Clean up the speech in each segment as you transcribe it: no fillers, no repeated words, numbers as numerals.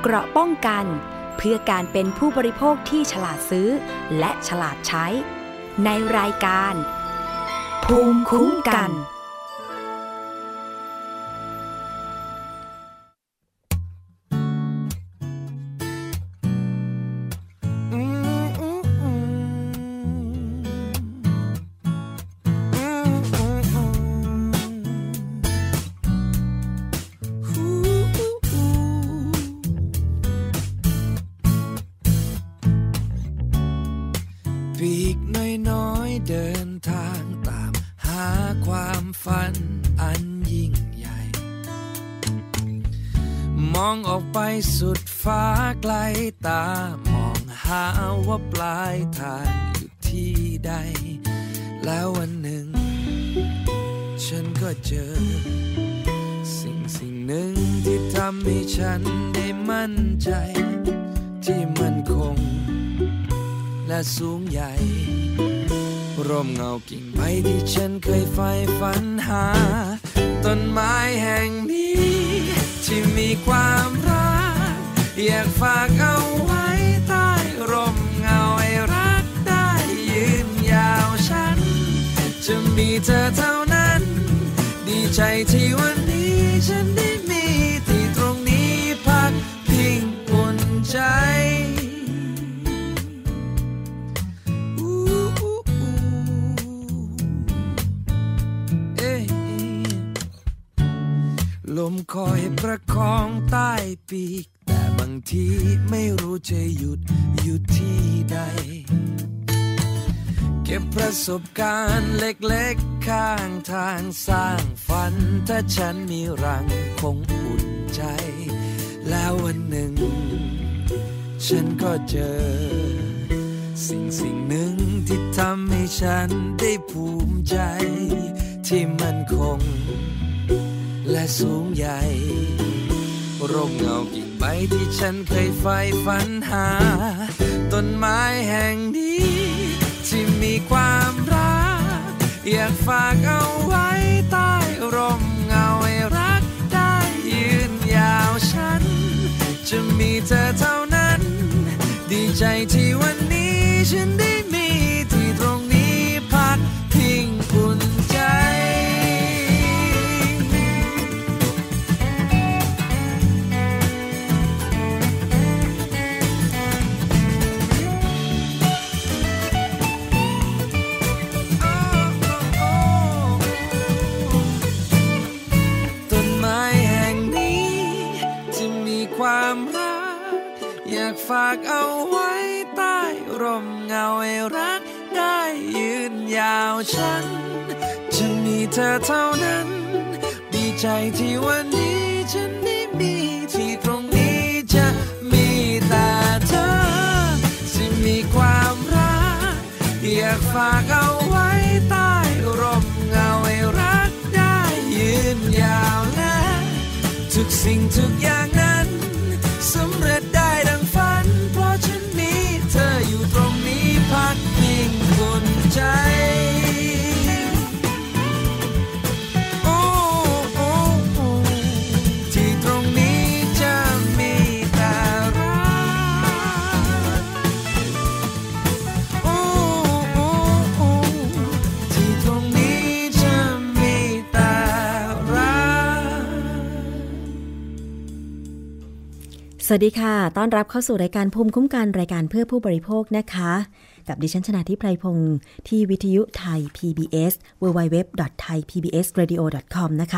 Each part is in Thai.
เกราะป้องกันเพื่อการเป็นผู้บริโภคที่ฉลาดซื้อและฉลาดใช้ในรายการภูมิคุ้มกันปีกน้อยๆเดินทางตามหาความฝันอันยิ่งใหญ่มองออกไปสุดฟ้าไกลตามองหาว่าปลายทางอยู่ที่ใดแล้ววันหนึ่งฉันก็เจอสิ่งหนึ่งที่ทำให้ฉันได้มั่นใจที่มั่นคงและสูงใหญ่ร่มเงากิ่งใบที่ฉันเคยใฝ่ฝันหาต้นไม้แห่งนี้ที่มีความรักอยากฝากเอาไว้ใต้ร่มเงาให้รักได้ยืนยาวฉันจะมีเธอเท่านั้นดีใจที่วันนี้ฉันได้มีที่ตรงนี้พักพิงอุ่นใจลมคอยประคองใต้ปีกแต่บางทีไม่รู้จะหยุดอยู่ที่ใดเก็บประสบการณ์เล็กๆข้างทางสร้างฝันถ้าฉันมีรังคงอุ่นใจแล้ววันหนึ่งฉันก็เจอสิ่งหนึ่งที่ทำให้ฉันได้ภูมิใจที่มั่นคงและสูงใหญ่ร่มเงากิ่งใบที่ฉันเคยใฝ่ฝันหาต้นไม้แห่งนี้ที่มีความรักอยากฝากเอาไว้ใต้ร่มเงาให้รักได้ยืนยาวฉันจะมีเธอเท่านั้นดีใจที่วันนี้ฉันได้มีที่ตรงนี้พักพิงอุ่นใจความรักอยากฝากเอาไว้ใต้ร่มเงาให้รักได้ยืนยาวฉันจะมีเธอเท่านั้นดีใจที่วันนี้ฉันได้มีที่ตรงนี้จะมีแต่เธอที่มีความรักอยากฝากเอาไว้ใต้ร่มเงาให้รักได้ยืนยาวและทุกสิ่งทุกอย่างนั้นสำเร็จได้ดังฝันเพราะฉันมีเธออยู่ตรงนี้พักพิงอุ่นใจโอ้โอ้โอ้ที่ตรงนี้จะมีแต่รักโอ้โอ้โอ้ที่ตรงนี้จะมีแต่รักสวัสดีค่ะต้อนรับเข้าสู่รายการภูมิคุ้มกันรายการเพื่อผู้บริโภคนะคะกับดิฉันชนาธิไพรพงศ์ที่วิทยุไทย PBS www.thaipbsradio.com นะคะ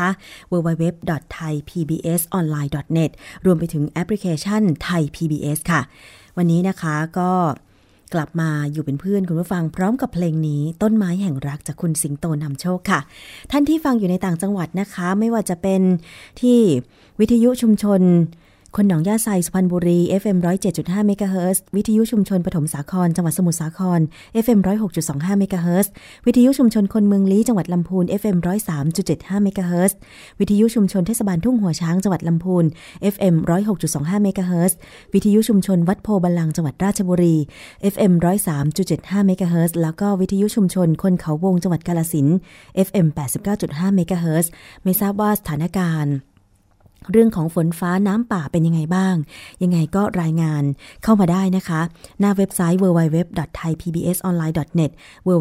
www.thaipbsonline.net รวมไปถึงแอปพลิเคชันไทย PBS ค่ะวันนี้นะคะก็กลับมาอยู่เป็นเพื่อนคุณผู้ฟังพร้อมกับเพลงนี้ต้นไม้แห่งรักจากคุณสิงโตนำโชคค่ะท่านที่ฟังอยู่ในต่างจังหวัดนะคะไม่ว่าจะเป็นที่วิทยุชุมชนคนหนองย่าไซสุพรรณบุรี FM 107.5 เมกะเฮิรตซ์วิทยุชุมชนปฐมสาครจังหวัดสมุทรสาคร FM 106.25 เมกะเฮิรตซ์วิทยุชุมชนคนเมืองลี้จังหวัดลำพูน FM 103.75 เมกะเฮิรตซ์วิทยุชุมชนเทศบาลทุ่งหัวช้างจังหวัดลำพูน FM 106.25 เมกะเฮิรตซ์วิทยุชุมชนวัดโพบัลลังก์จังหวัดราชบุรี FM 103.75 เมกะเฮิรตซ์แล้วก็วิทยุชุมชนคนเขาวงจังหวัดกาฬสินธุ์ FM 89.5 เมกะเฮิรตซ์ไม่ทราบว่าสถานการณ์เรื่องของฝนฟ้าน้ำป่าเป็นยังไงบ้างยังไงก็รายงานเข้ามาได้นะคะหน้าเว็บไซต์ www.thaipbsonline.net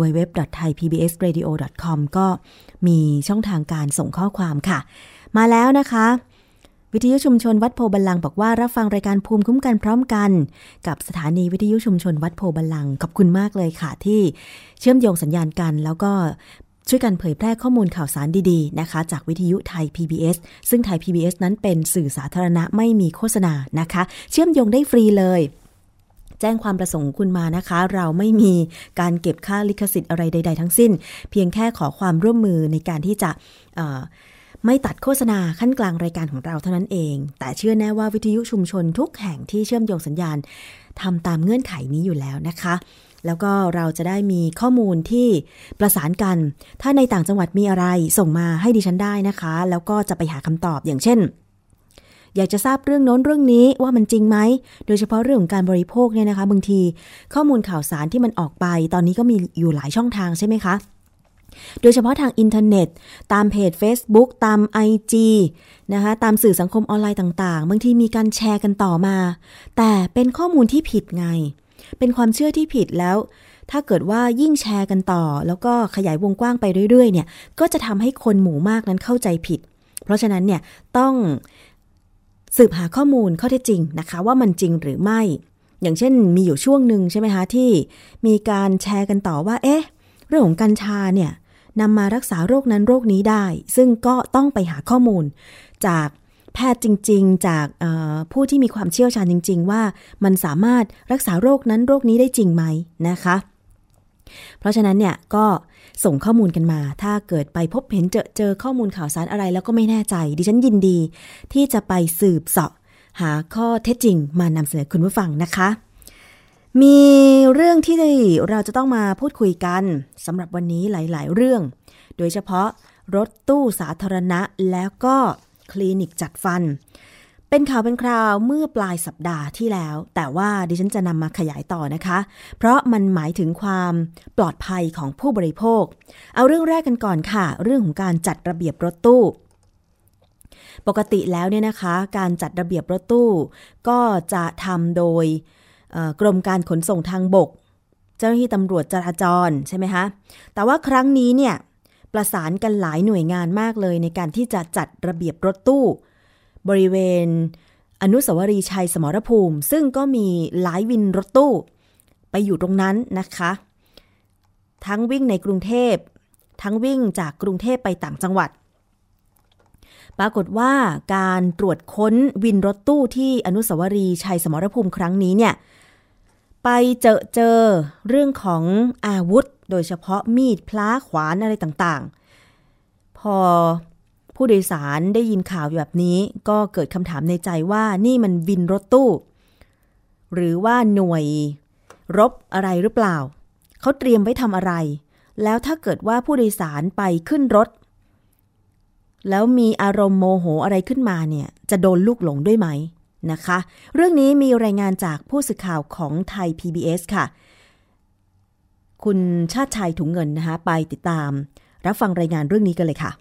www.thaipbsradio.com ก็มีช่องทางการส่งข้อความค่ะมาแล้วนะคะวิทยุชุมชนวัดโพธิ์บัลลังก์บอกว่ารับฟังรายการภูมิคุ้มกันพร้อมกันกับสถานีวิทยุชุมชนวัดโพธิ์บัลลังก์ขอบคุณมากเลยค่ะที่เชื่อมโยงสัญญาณกันแล้วก็ช่วยกันเผยแพร่ข้อมูลข่าวสารดีๆนะคะจากวิทยุไทย PBS ซึ่งไทย PBS นั้นเป็นสื่อสาธารณะไม่มีโฆษณานะคะเชื่อมโยงได้ฟรีเลยแจ้งความประสงค์คุณมานะคะเราไม่มีการเก็บค่าลิขสิทธิ์อะไรใดๆทั้งสิ้นเพียงแค่ขอความร่วมมือในการที่จะไม่ตัดโฆษณาขั้นกลางรายการของเราเท่านั้นเองแต่เชื่อแน่ว่าวิทยุชุมชนทุกแห่งที่เชื่อมโยงสัญญาณทำตามเงื่อนไขนี้อยู่แล้วนะคะแล้วก็เราจะได้มีข้อมูลที่ประสานกันถ้าในต่างจังหวัดมีอะไรส่งมาให้ดิฉันได้นะคะแล้วก็จะไปหาคำตอบอย่างเช่นอยากจะทราบเรื่องโน้นเรื่องนี้ว่ามันจริงไหมโดยเฉพาะเรื่องของการบริโภคเนี่ยนะคะบางทีข้อมูลข่าวสารที่มันออกไปตอนนี้ก็มีอยู่หลายช่องทางใช่ไหมคะโดยเฉพาะทางอินเทอร์เน็ตตามเพจ Facebook ตาม IG นะคะตามสื่อสังคมออนไลน์ต่างๆบางทีมีการแชร์กันต่อมาแต่เป็นข้อมูลที่ผิดไงเป็นความเชื่อที่ผิดแล้วถ้าเกิดว่ายิ่งแชร์กันต่อแล้วก็ขยายวงกว้างไปเรื่อยๆเนี่ยก็จะทำให้คนหมู่มากนั้นเข้าใจผิดเพราะฉะนั้นเนี่ยต้องสืบหาข้อมูลข้อเท็จจริงนะคะว่ามันจริงหรือไม่อย่างเช่นมีอยู่ช่วงหนึ่งใช่ไหมคะที่มีการแชร์กันต่อว่าเรื่องของกัญชาเนี่ยนำมารักษาโรคนั้นโรคนี้ได้ซึ่งก็ต้องไปหาข้อมูลจากแพทย์จริงๆจากผู้ที่มีความเชี่ยวชาญจริงๆว่ามันสามารถรักษาโรคนั้นโรคนี้ได้จริงไหมนะคะเพราะฉะนั้นเนี่ยก็ส่งข้อมูลกันมาถ้าเกิดไปพบเห็นเจอข้อมูลข่าวสารอะไรแล้วก็ไม่แน่ใจดิฉันยินดีที่จะไปสืบเสาะหาข้อเท็จจริงมานำเสนอคุณผู้ฟังนะคะมีเรื่องที่เราจะต้องมาพูดคุยกันสำหรับวันนี้หลายๆเรื่องโดยเฉพาะรถตู้สาธารณะแล้วก็คลินิกจัดฟันเป็นข่าวเป็นคราวเมื่อปลายสัปดาห์ที่แล้วแต่ว่าดิฉันจะนำมาขยายต่อนะคะเพราะมันหมายถึงความปลอดภัยของผู้บริโภคเอาเรื่องแรกกันก่อนค่ะเรื่องของการจัดระเบียบรถตู้ปกติแล้วเนี่ยนะคะการจัดระเบียบรถตู้ก็จะทำโดยกรมการขนส่งทางบกเจ้าหน้าที่ตำรวจจราจรใช่ไหมคะแต่ว่าครั้งนี้เนี่ยประสานกันหลายหน่วยงานมากเลยในการที่จะจัดระเบียบรถตู้บริเวณอนุสาวรีย์ชัยสมรภูมิซึ่งก็มีหลายวินรถตู้ไปอยู่ตรงนั้นนะคะทั้งวิ่งในกรุงเทพทั้งวิ่งจากกรุงเทพไปต่างจังหวัดปรากฏว่าการตรวจค้นวินรถตู้ที่อนุสาวรีย์ชัยสมรภูมิครั้งนี้เนี่ยไปเจอเรื่องของอาวุธโดยเฉพาะมีดพล้าขวานอะไรต่างๆพอผู้โดยสารได้ยินข่าวแบบนี้ก็เกิดคำถามในใจว่านี่มันวินรถตู้หรือว่าหน่วยรบอะไรหรือเปล่าเขาเตรียมไว้ทำอะไรแล้วถ้าเกิดว่าผู้โดยสารไปขึ้นรถแล้วมีอารมณ์โมโหอะไรขึ้นมาเนี่ยจะโดนลูกหลงด้วยไหมนะคะเรื่องนี้มีรายงานจากผู้สื่อข่าวของไทย PBS ค่ะคุณชาติชัยถุงเงินนะคะไปติดตามรับฟังรายงานเรื่องนี้กันเลยค่ะ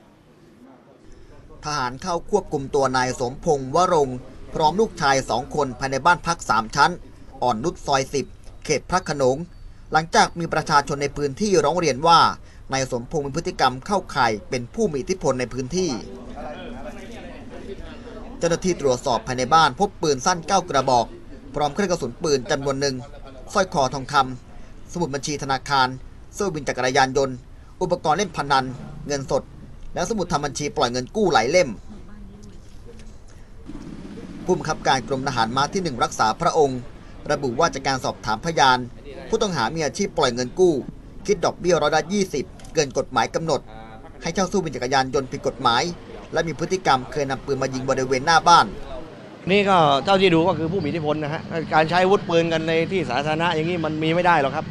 ทหารเข้าควบคุมตัวนายสมพงษ์วรงค์พร้อมลูกชาย2 คนภายในบ้านพัก3 ชั้นอ่อนนุชซอย10เขตพระโขนงหลังจากมีประชาชนในพื้นที่ร้องเรียนว่านายสมพงษ์มีพฤติกรรมเข้าข่ายเป็นผู้มีอิทธิพลในพื้นที่เจ้าหน้าที่ตรวจสอบภายในบ้านพบปืนสั้น9 กระบอกพร้อมเครื่องกระสุนปืนจำนวนหนึ่งสร้อยคอทองคำสมุดบัญชีธนาคารเสื้อวินจักรยานยนต์อุปกรณ์เล่นพนันเงินสดและสมุดทำบัญชีปล่อยเงินกู้หลายเล่มผู้บังคับการกรมทหารม้าที่1รักษาพระองค์ระบุว่าจากการสอบถามพยานผู้ต้องหามีอาชีพปล่อยเงินกู้คิดดอกเบี้ย20%เกินกฎหมายกำหนดให้เช่าสู้วินจักรยานยนต์ผิดกฎหมายและมีพฤติกรรมเคยนำปืนมายิงบริเวณหน้าบ้านนี่ก็เท่าที่ดูก็คือผู้มีอิทธิพลนะฮะการใช้อาวุธปืนกันในที่สาธารณะอย่างนี้มันมีไม่ได้หรอกครับ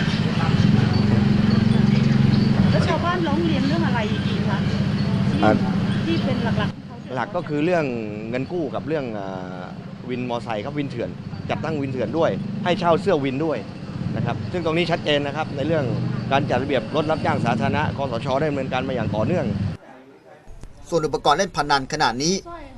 แล้วชาวบ้านร้องเรียนเรื่องอะไรอีกคะที่เป็นหลักก็คือเรื่องเงินกู้กับเรื่องวินมอไซค์ครับวินเถื่อนจัดตั้งวินเถื่อนด้วยให้เช่าเสื้อวินด้วยนะครับซึ่งตรงนี้ชัดเจนนะครับในเรื่องการจัดระเบียบรถรับจ้างสาธารณะคสช.ได้ดำเนินการมาอย่างต่อเนื่องส่วนอุปกรณ์เล่นพนันขณะนี้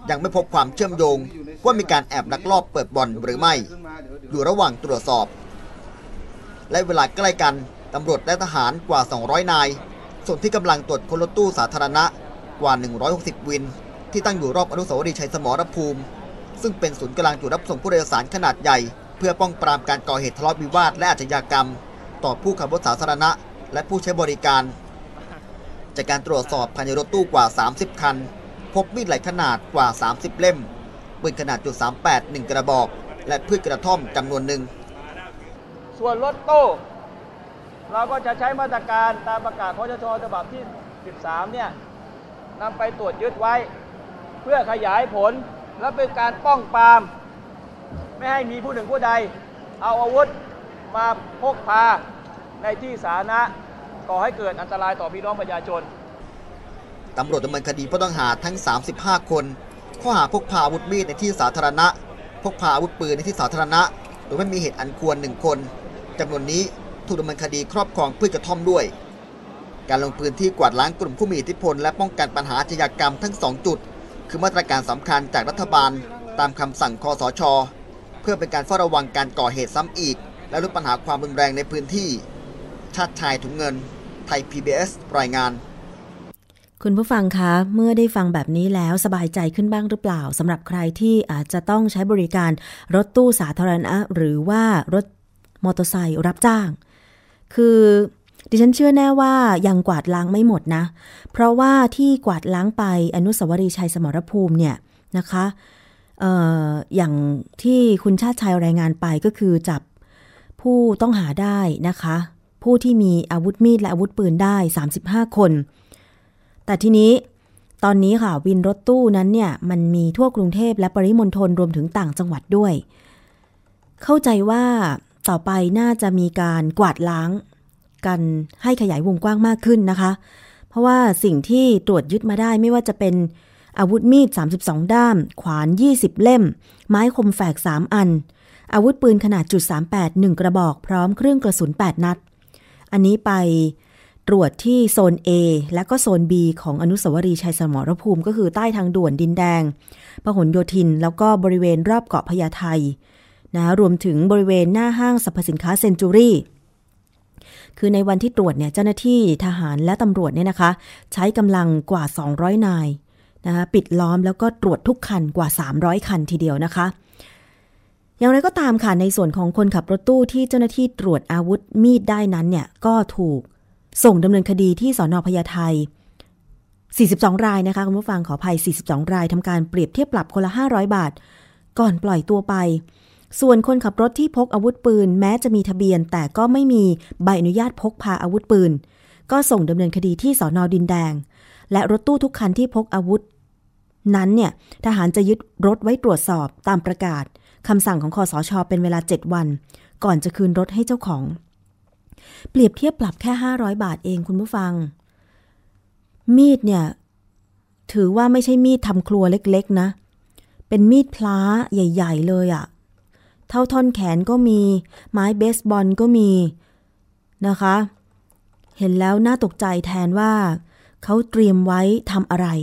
ยังไม่พบความเชื่อมโยงว่ามีการแอบลักลอบเปิดบ่อนหรือไม่อยู่ระหว่างตรวจสอบและเวลาใกล้กันตำรวจและทหารกว่า200นายส่วนที่กำลังตรวจค้นรถตู้สาธารณะกว่า160วินที่ตั้งอยู่รอบอนุสาวรีย์ชัยสมรภูมิซึ่งเป็นศูนย์กลางจุดรับส่งผู้โดยสารขนาดใหญ่เพื่อป้องปรามการก่อเหตุทะเลาะวิวาทและอาชญากรรมต่อผู้ขับรถสาธารณะและผู้ใช้บริการจากการตรวจสอบภายในรถตู้กว่า30คันพบมีดหลายขนาดกว่า30เล่มปืนขนาด.38 1กระบอกและพืชกระท่อมจำนวนหนึ่งส่วนรถตู้เราก็จะใช้มาตรการตามประกาศคชช.ฉบับที่13เนี่ยนำไปตรวจยึดไว้เพื่อขยายผลและเป็นการป้องปรามไม่ให้มีผู้หนึ่งผู้ใดเอาอาวุธมาพกพาในที่สาธารณะก่อให้เกิดอันตรายต่อพี่น้องประชาชนตำรวจดำเนินคดีผู้ต้องหาทั้ง35คนข้อหาพกพาอาวุธมีดในที่สาธารณะพกพาอาวุธปืนในที่สาธารณะโดยไม่มีเหตุอันควร1คนจำนวนนี้ถูกดำเนินคดีครอบครองพืชกระท่อมด้วยการลงพื้นที่กวาดล้างกลุ่มผู้มีอิทธิพลและป้องกันปัญหาอาชญากรรมทั้ง2จุดคือมาตรการสำคัญจากรัฐบาลตามคำสั่งคสช.เพื่อเป็นการเฝ้าระวังการก่อเหตุซ้ำอีกและลดปัญหาความรุนแรงในพื้นที่ชาติชายถุงเงินไทย PBS รายงานคุณผู้ฟังคะเมื่อได้ฟังแบบนี้แล้วสบายใจขึ้นบ้างหรือเปล่าสำหรับใครที่อาจจะต้องใช้บริการรถตู้สาธารณะหรือว่ารถมอเตอร์ไซค์รับจ้างคือดิฉันเชื่อแน่ว่ายังกวาดล้างไม่หมดนะเพราะว่าที่กวาดล้างไปอนุสาวรีย์ชัยสมรภูมิเนี่ยนะคะอย่างที่คุณชาติชัยรายงานไปก็คือจับผู้ต้องหาได้นะคะผู้ที่มีอาวุธมีดและอาวุธปืนได้35คนแต่ทีนี้ตอนนี้ค่ะวินรถตู้นั้นเนี่ยมันมีทั่วกรุงเทพและปริมณฑลรวมถึงต่างจังหวัดด้วยเข้าใจว่าต่อไปน่าจะมีการกวาดล้างกันให้ขยายวงกว้างมากขึ้นนะคะเพราะว่าสิ่งที่ตรวจยึดมาได้ไม่ว่าจะเป็นอาวุธมีด32ด้ามขวาน20เล่มไม้คมแฝก3อันอาวุธปืนขนาด.38 1กระบอกพร้อมเครื่องกระสุน8นัดอันนี้ไปตรวจที่โซน A และก็โซน B ของอนุสาวรีย์ชัยสมรภูมิก็คือใต้ทางด่วนดินแดงพหลโยธินแล้วก็บริเวณรอบเกาะพญาไทนะรวมถึงบริเวณหน้าห้างสรรพสินค้าเซนจูรี่คือในวันที่ตรวจเนี่ยเจ้าหน้าที่ทหารและตำรวจเนี่ยนะคะใช้กำลังกว่า200นายนะคะปิดล้อมแล้วก็ตรวจทุกคันกว่า300คันทีเดียวนะคะอย่างไรก็ตามค่ะในส่วนของคนขับรถตู้ที่เจ้าหน้าที่ตรวจอาวุธมีดได้นั้นเนี่ยก็ถูกส่งดำเนินคดีที่สน.พญาไท42รายนะคะคุณผู้ฟังขออภัย42รายทำการเปรียบเทียบปรับคนละ500บาทก่อนปล่อยตัวไปส่วนคนขับรถที่พกอาวุธปืนแม้จะมีทะเบียนแต่ก็ไม่มีใบอนุญาตพกพาอาวุธปืนก็ส่งดำเนินคดีที่สน.ดินแดงและรถตู้ทุกคันที่พกอาวุธนั้นเนี่ยทหารจะยึดรถไว้ตรวจสอบตามประกาศคำสั่งของคสช.เป็นเวลา7วันก่อนจะคืนรถให้เจ้าของเปรียบเทียบปรับแค่500บาทเองคุณผู้ฟังมีดเนี่ยถือว่าไม่ใช่มีดทำครัวเล็กๆนะเป็นมีดพล้าใหญ่ๆเลยอะเท่าท่อนแขนก็มีไม้เบสบอลก็มีนะคะเห็นแล้วน่าตกใจแทนว่าเขาเตรียมไว้ทำอะไร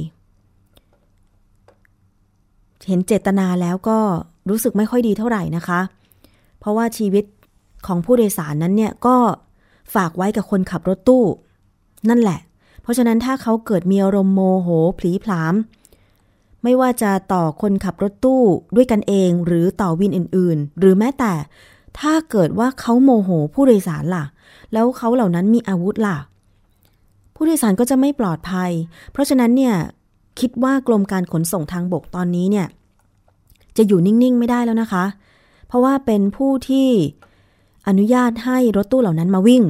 เห็นเจตนาแล้วก็รู้สึกไม่ค่อยดีเท่าไหร่นะคะเพราะว่าชีวิตของผู้โดยสารนั้นเนี่ยก็ฝากไว้กับคนขับรถตู้นั่นแหละเพราะฉะนั้นถ้าเขาเกิดมีอารมณ์โมโหผลีผลามไม่ว่าจะต่อคนขับรถตู้ด้วยกันเองหรือต่อวินอื่นๆหรือแม้แต่ถ้าเกิดว่าเขาโมโหผู้โดยสารล่ะแล้วเขาเหล่านั้นมีอาวุธล่ะผู้โดยสารก็จะไม่ปลอดภัยเพราะฉะนั้นเนี่ยคิดว่ากรมการขนส่งทางบกตอนนี้เนี่ยจะอยู่นิ่งๆไม่ได้แล้วนะคะเพราะว่าเป็นผู้ที่อนุญาตให้รถตู้เหล่านั้นมาวิ่ง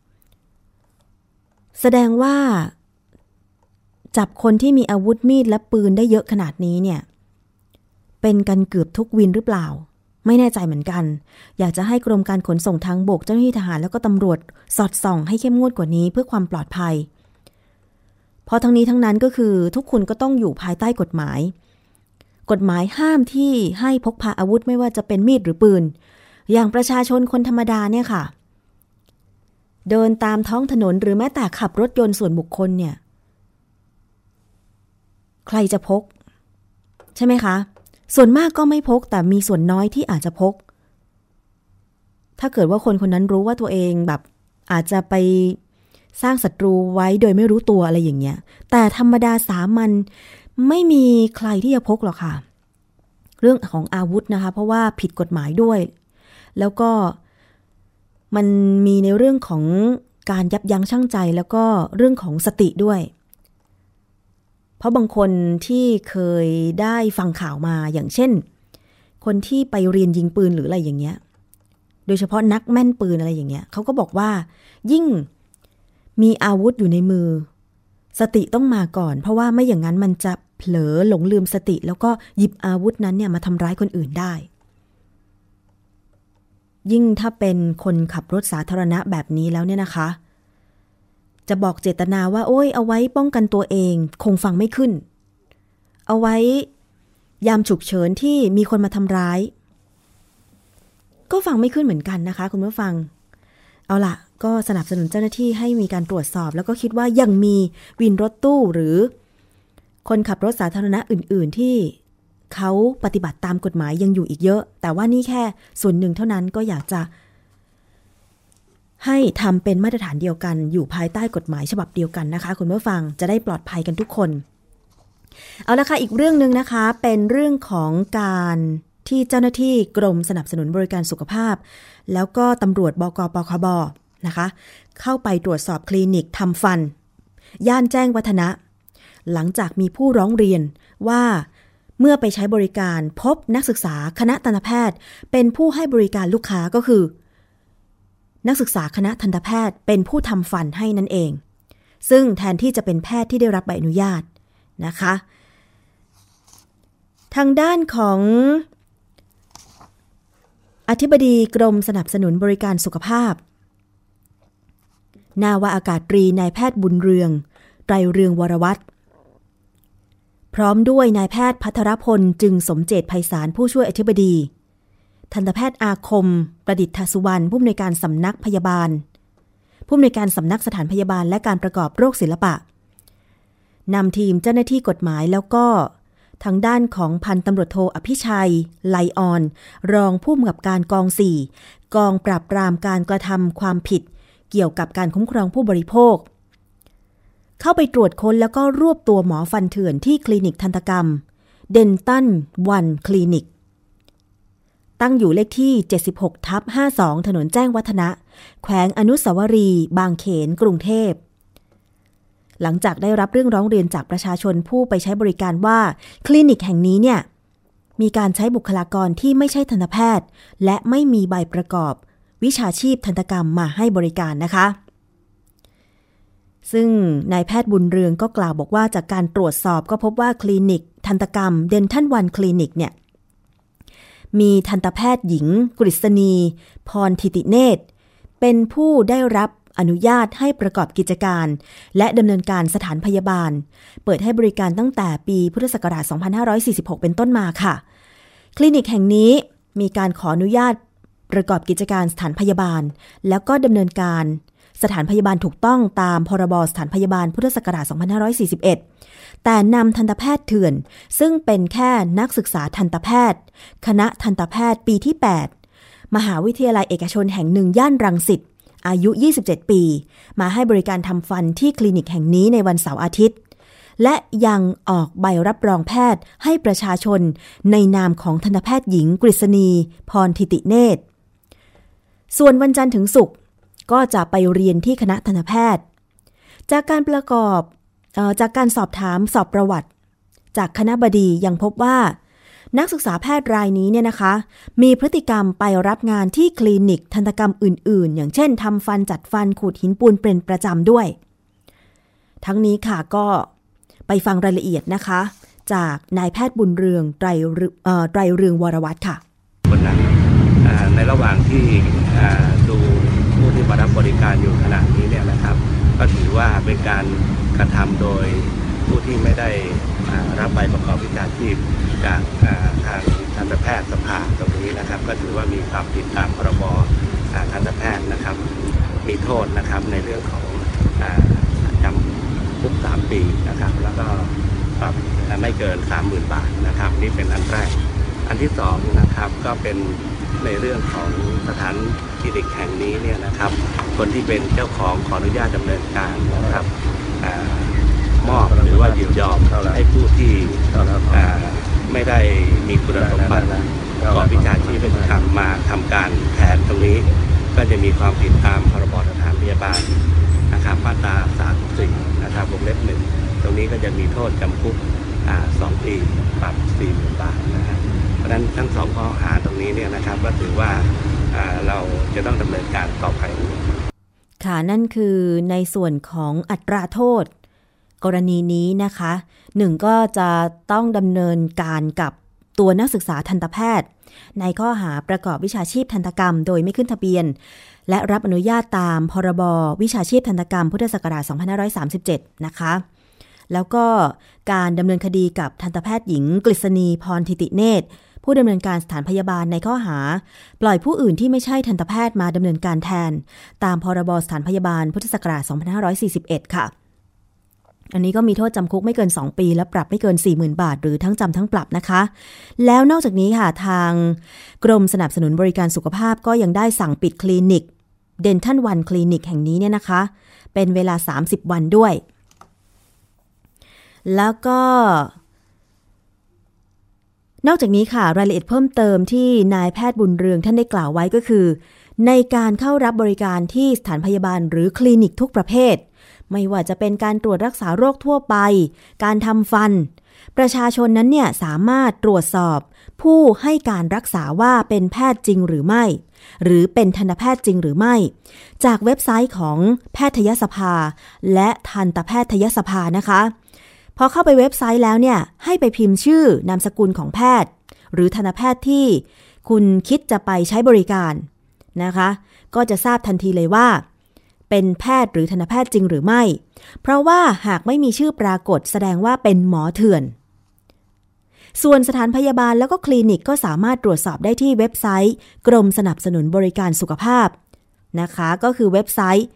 แสดงว่าจับคนที่มีอาวุธมีดและปืนได้เยอะขนาดนี้เนี่ยเป็นกันเกือบทุกวินหรือเปล่าไม่แน่ใจเหมือนกันอยากจะให้กรมการขนส่งทางบกเจ้าหน้าที่ทหารแล้วก็ตำรวจสอดส่องให้เข้มงวดกว่านี้เพื่อความปลอดภัยเพราะทั้งนี้ทั้งนั้นก็คือทุกคนก็ต้องอยู่ภายใต้กฎหมายห้ามที่ให้พกพาอาวุธไม่ว่าจะเป็นมีดหรือปืนอย่างประชาชนคนธรรมดาเนี่ยค่ะเดินตามท้องถนนหรือแม้แต่ขับรถยนต์ส่วนบุคคลเนี่ยใครจะพกช่ไหมคะส่วนมากก็ไม่พกแต่มีส่วนน้อยที่อาจจะพกถ้าเกิดว่าคนคนนั้นรู้ว่าตัวเองแบบอาจจะไปสร้างศัตรูไว้โดยไม่รู้ตัวอะไรอย่างเงี้ยแต่ธรรมดาสามัญไม่มีใครที่จะพกหรอกค่ะเรื่องของอาวุธนะคะเพราะว่าผิดกฎหมายด้วยแล้วก็มันมีในเรื่องของการยับยั้งชั่งใจแล้วก็เรื่องของสติด้วยเพราะบางคนที่เคยได้ฟังข่าวมาอย่างเช่นคนที่ไปเรียนยิงปืนหรืออะไรอย่างเงี้ยโดยเฉพาะนักแม่นปืนอะไรอย่างเงี้ยเขาก็บอกว่ายิ่งมีอาวุธอยู่ในมือสติต้องมาก่อนเพราะว่าไม่อย่างนั้นมันจะเผลอหลงลืมสติแล้วก็หยิบอาวุธนั้นเนี่ยมาทำร้ายคนอื่นได้ยิ่งถ้าเป็นคนขับรถสาธารณะแบบนี้แล้วเนี่ยนะคะจะบอกเจตนาว่าโอ้ยเอาไว้ป้องกันตัวเองคงฟังไม่ขึ้นเอาไว้ยามฉุกเฉินที่มีคนมาทำร้ายก็ฟังไม่ขึ้นเหมือนกันนะคะคุณผู้ฟังเอาล่ะก็สนับสนุนเจ้าหน้าที่ให้มีการตรวจสอบแล้วก็คิดว่ายังมีวินรถตู้หรือคนขับรถสาธารณะอื่นๆที่เขาปฏิบัติตามกฎหมายยังอยู่อีกเยอะแต่ว่านี่แค่ส่วนหนึ่งเท่านั้นก็อยากจะให้ทำเป็นมาตรฐานเดียวกันอยู่ภายใต้กฎหมายฉบับเดียวกันนะคะคุณผู้ฟังจะได้ปลอดภัยกันทุกคนเอาละค่ะอีกเรื่องนึงนะคะเป็นเรื่องของการที่เจ้าหน้าที่กรมสนับสนุนบริการสุขภาพแล้วก็ตำรวจบก.ปคบ.นะคะเข้าไปตรวจสอบคลินิกทำฟันย่านแจ้งวัฒนะหลังจากมีผู้ร้องเรียนว่าเมื่อไปใช้บริการพบนักศึกษาคณะทันตแพทย์เป็นผู้ให้บริการลูกค้าก็คือนักศึกษาคณะทันตแพทย์เป็นผู้ทำฟันให้นั่นเองซึ่งแทนที่จะเป็นแพทย์ที่ได้รับใบอนุญาตนะคะทางด้านของอธิบดีกรมสนับสนุนบริการสุขภาพนาวาอากาศตรีนายแพทย์บุญเรืองไตรเรืองวรวัฒน์พร้อมด้วยนายแพทย์ภัทรพลจึงสมเจตไพศาลผู้ช่วยอธิบดีทันตแพทย์อาคมประดิษฐสุวรรณผู้อำนวยการสำนักพยาบาลผู้อำนวยการสำนักสถานพยาบาลและการประกอบโรคศิลปะนำทีมเจ้าหน้าที่กฎหมายแล้วก็ทางด้านของพันตำรวจโทอภิชัยไลออนรองผู้กำกับการกอง 4กองปราบปรามการกระทำความผิดเกี่ยวกับการคุ้มครองผู้บริโภคเข้าไปตรวจค้นแล้วก็รวบตัวหมอฟันเถื่อนที่คลินิกทันตกรรมเดนตันวันคลินิกตั้งอยู่เลขที่ 76/52 ถนนแจ้งวัฒนะแขวงอนุสาวรีย์บางเขนกรุงเทพหลังจากได้รับเรื่องร้องเรียนจากประชาชนผู้ไปใช้บริการว่าคลินิกแห่งนี้เนี่ยมีการใช้บุคลากรที่ไม่ใช่ทันตแพทย์และไม่มีใบประกอบวิชาชีพทันตกรรมมาให้บริการนะคะซึ่งนายแพทย์บุญเรืองก็กล่าวบอกว่าจากการตรวจสอบก็พบว่าคลินิกทันตกรรมเดนทันวันคลินิกเนี่ยมีทันตแพทย์หญิงกฤษณีพรธิติเนตรเป็นผู้ได้รับอนุญาตให้ประกอบกิจการและดำเนินการสถานพยาบาลเปิดให้บริการตั้งแต่ปีพุทธศักราช 2546 เป็นต้นมาค่ะคลินิกแห่งนี้มีการขออนุญาตประกอบกิจการสถานพยาบาลแล้วก็ดำเนินการสถานพยาบาลถูกต้องตามพรบสถานพยาบาลพุทธศักราช 2541 แต่นำทันตแพทย์เถื่อนซึ่งเป็นแค่นักศึกษาทันตแพทย์คณะทันตแพทย์ปีที่ 8 มหาวิทยาลัยเอกชนแห่งหนึ่งย่านรังสิตอายุ 27 ปีมาให้บริการทำฟันที่คลินิกแห่งนี้ในวันเสาร์อาทิตย์และยังออกใบรับรองแพทย์ให้ประชาชนในนามของทันตแพทย์หญิงกฤษณีพรธิติเนตรส่วนวันจันทร์ถึงศุกร์ก็จะไปเรียนที่คณะทันตแพทย์จากการสอบถามสอบประวัติจากคณบดียังพบว่านักศึกษาแพทย์รายนี้เนี่ยนะคะมีพฤติกรรมไปรับงานที่คลินิกทันตกรรมอื่นๆอย่างเช่นทำฟันจัดฟันขูดหินปูนเป็นประจำด้วยทั้งนี้ค่ะก็ไปฟังรายละเอียดนะคะจากนายแพทย์บุญเรืองไตรเรืองวรวัฒน์ค่ะคนนั้นในระหว่างที่ดูผู้ที่มารับบริการอยู่ขณะนี้เนี่ยนะครับก็ถือว่าเป็นการกระทำโดยผู้ที่ไม่ได้รับใบประกอบวิชาชีพจากทางทันตแพทย์สภาตรงนี้นะครับก็ถือว่ามีความผิดตามพรบทันตแพทย์นะครับมีโทษนะครับในเรื่องของจำคุก3 ปีนะครับแล้วก็ปรับไม่เกิน 30,000 บาทนะครับนี่เป็นอันแรกอันที่2นะครับก็เป็นในเรื่องของสถานคลินิกแห่งนี้เนี่ยนะครับคนที่เป็นเจ้าของขออนุญาตดำเนินการนะครับมอบหรือว่ายินยอมให้ผู้ที่ไม่ได้มีคุณสมบัติประกอบวิชาชีพเป็นธรรมมาทำการแทนตรงนี้ก็จะมีความผิดตามพรบสถานพยาบาลนะครับมาตรา34นะครับวงเล็บ 1ตรงนี้ก็จะมีโทษจำคุก2 ปีปรับ 40,000 บาทนะครับเพราะฉะนั้นทั้ง2ข้อหาตรงนี้เนี่ยนะครับก็ถือว่าเราจะต้องดำเนินการต่อไปค่ะนั่นคือในส่วนของอัตราโทษกรณีนี้นะคะ1ก็จะต้องดำเนินการกับตัวนักศึกษาทันตแพทย์ในข้อหาประกอบวิชาชีพทันตกรรมโดยไม่ขึ้นทะเบียนและรับอนุญาตตามพรบวิชาชีพทันตกรรมพุทธศักราช2537นะคะแล้วก็การดำเนินคดีกับทันตแพทย์หญิงกฤษณีพรธิติเนตรผู้ดำเนินการสถานพยาบาลในข้อหาปล่อยผู้อื่นที่ไม่ใช่ทันตแพทย์มาดำเนินการแทนตามพรบสถานพยาบาลพุทธศักราช2541ค่ะอันนี้ก็มีโทษจำคุกไม่เกิน2 ปีและปรับไม่เกิน 40,000 บาทหรือทั้งจำทั้งปรับนะคะแล้วนอกจากนี้ค่ะทางกรมสนับสนุนบริการสุขภาพก็ยังได้สั่งปิดคลินิก Dental One คลินิกแห่งนี้เนี่ยนะคะเป็นเวลา30 วันด้วยแล้วก็นอกจากนี้ค่ะรายละเอียดเพิ่มเติมที่นายแพทย์บุญเรืองท่านได้กล่าวไว้ก็คือในการเข้ารับบริการที่สถานพยาบาลหรือคลินิกทุกประเภทไม่ว่าจะเป็นการตรวจรักษาโรคทั่วไปการทำฟันประชาชนนั้นเนี่ยสามารถตรวจสอบผู้ให้การรักษาว่าเป็นแพทย์จริงหรือไม่หรือเป็นทันตแพทย์จริงหรือไม่จากเว็บไซต์ของแพทยสภาและทันตแพทยสภานะคะพอเข้าไปเว็บไซต์แล้วเนี่ยให้ไปพิมพ์ชื่อนามสกุลของแพทย์หรือทันตแพทย์ที่คุณคิดจะไปใช้บริการนะคะก็จะทราบทันทีเลยว่าเป็นแพทย์หรือทันตแพทย์จริงหรือไม่เพราะว่าหากไม่มีชื่อปรากฏแสดงว่าเป็นหมอเถื่อนส่วนสถานพยาบาลแล้วก็คลินิกก็สามารถตรวจสอบได้ที่เว็บไซต์กรมสนับสนุนบริการสุขภาพนะคะก็คือเว็บไซต์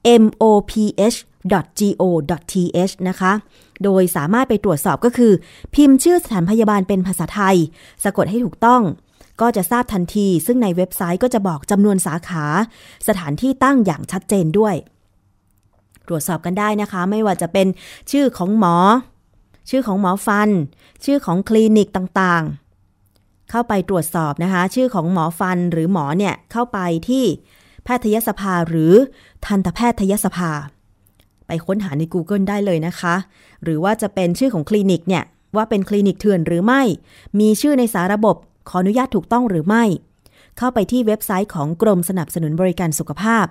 moph.go.th นะคะโดยสามารถไปตรวจสอบก็คือพิมพ์ชื่อสถานพยาบาลเป็นภาษาไทยสะกดให้ถูกต้องก็จะทราบทันทีซึ่งในเว็บไซต์ก็จะบอกจำนวนสาขาสถานที่ตั้งอย่างชัดเจนด้วยตรวจสอบกันได้นะคะไม่ว่าจะเป็นชื่อของหมอชื่อของหมอฟันชื่อของคลินิกต่างๆเข้าไปตรวจสอบนะคะชื่อของหมอฟันหรือหมอเนี่ยเข้าไปที่แพทยสภาหรือทันตแพทยสภาไปค้นหาใน Google ได้เลยนะคะหรือว่าจะเป็นชื่อของคลินิกเนี่ยว่าเป็นคลินิกเถื่อนหรือไม่มีชื่อในสาระบบขออนุญาตถูกต้องหรือไม่เข้าไปที่เว็บไซต์ของกรมสนับสนุนบริการสุขภาพ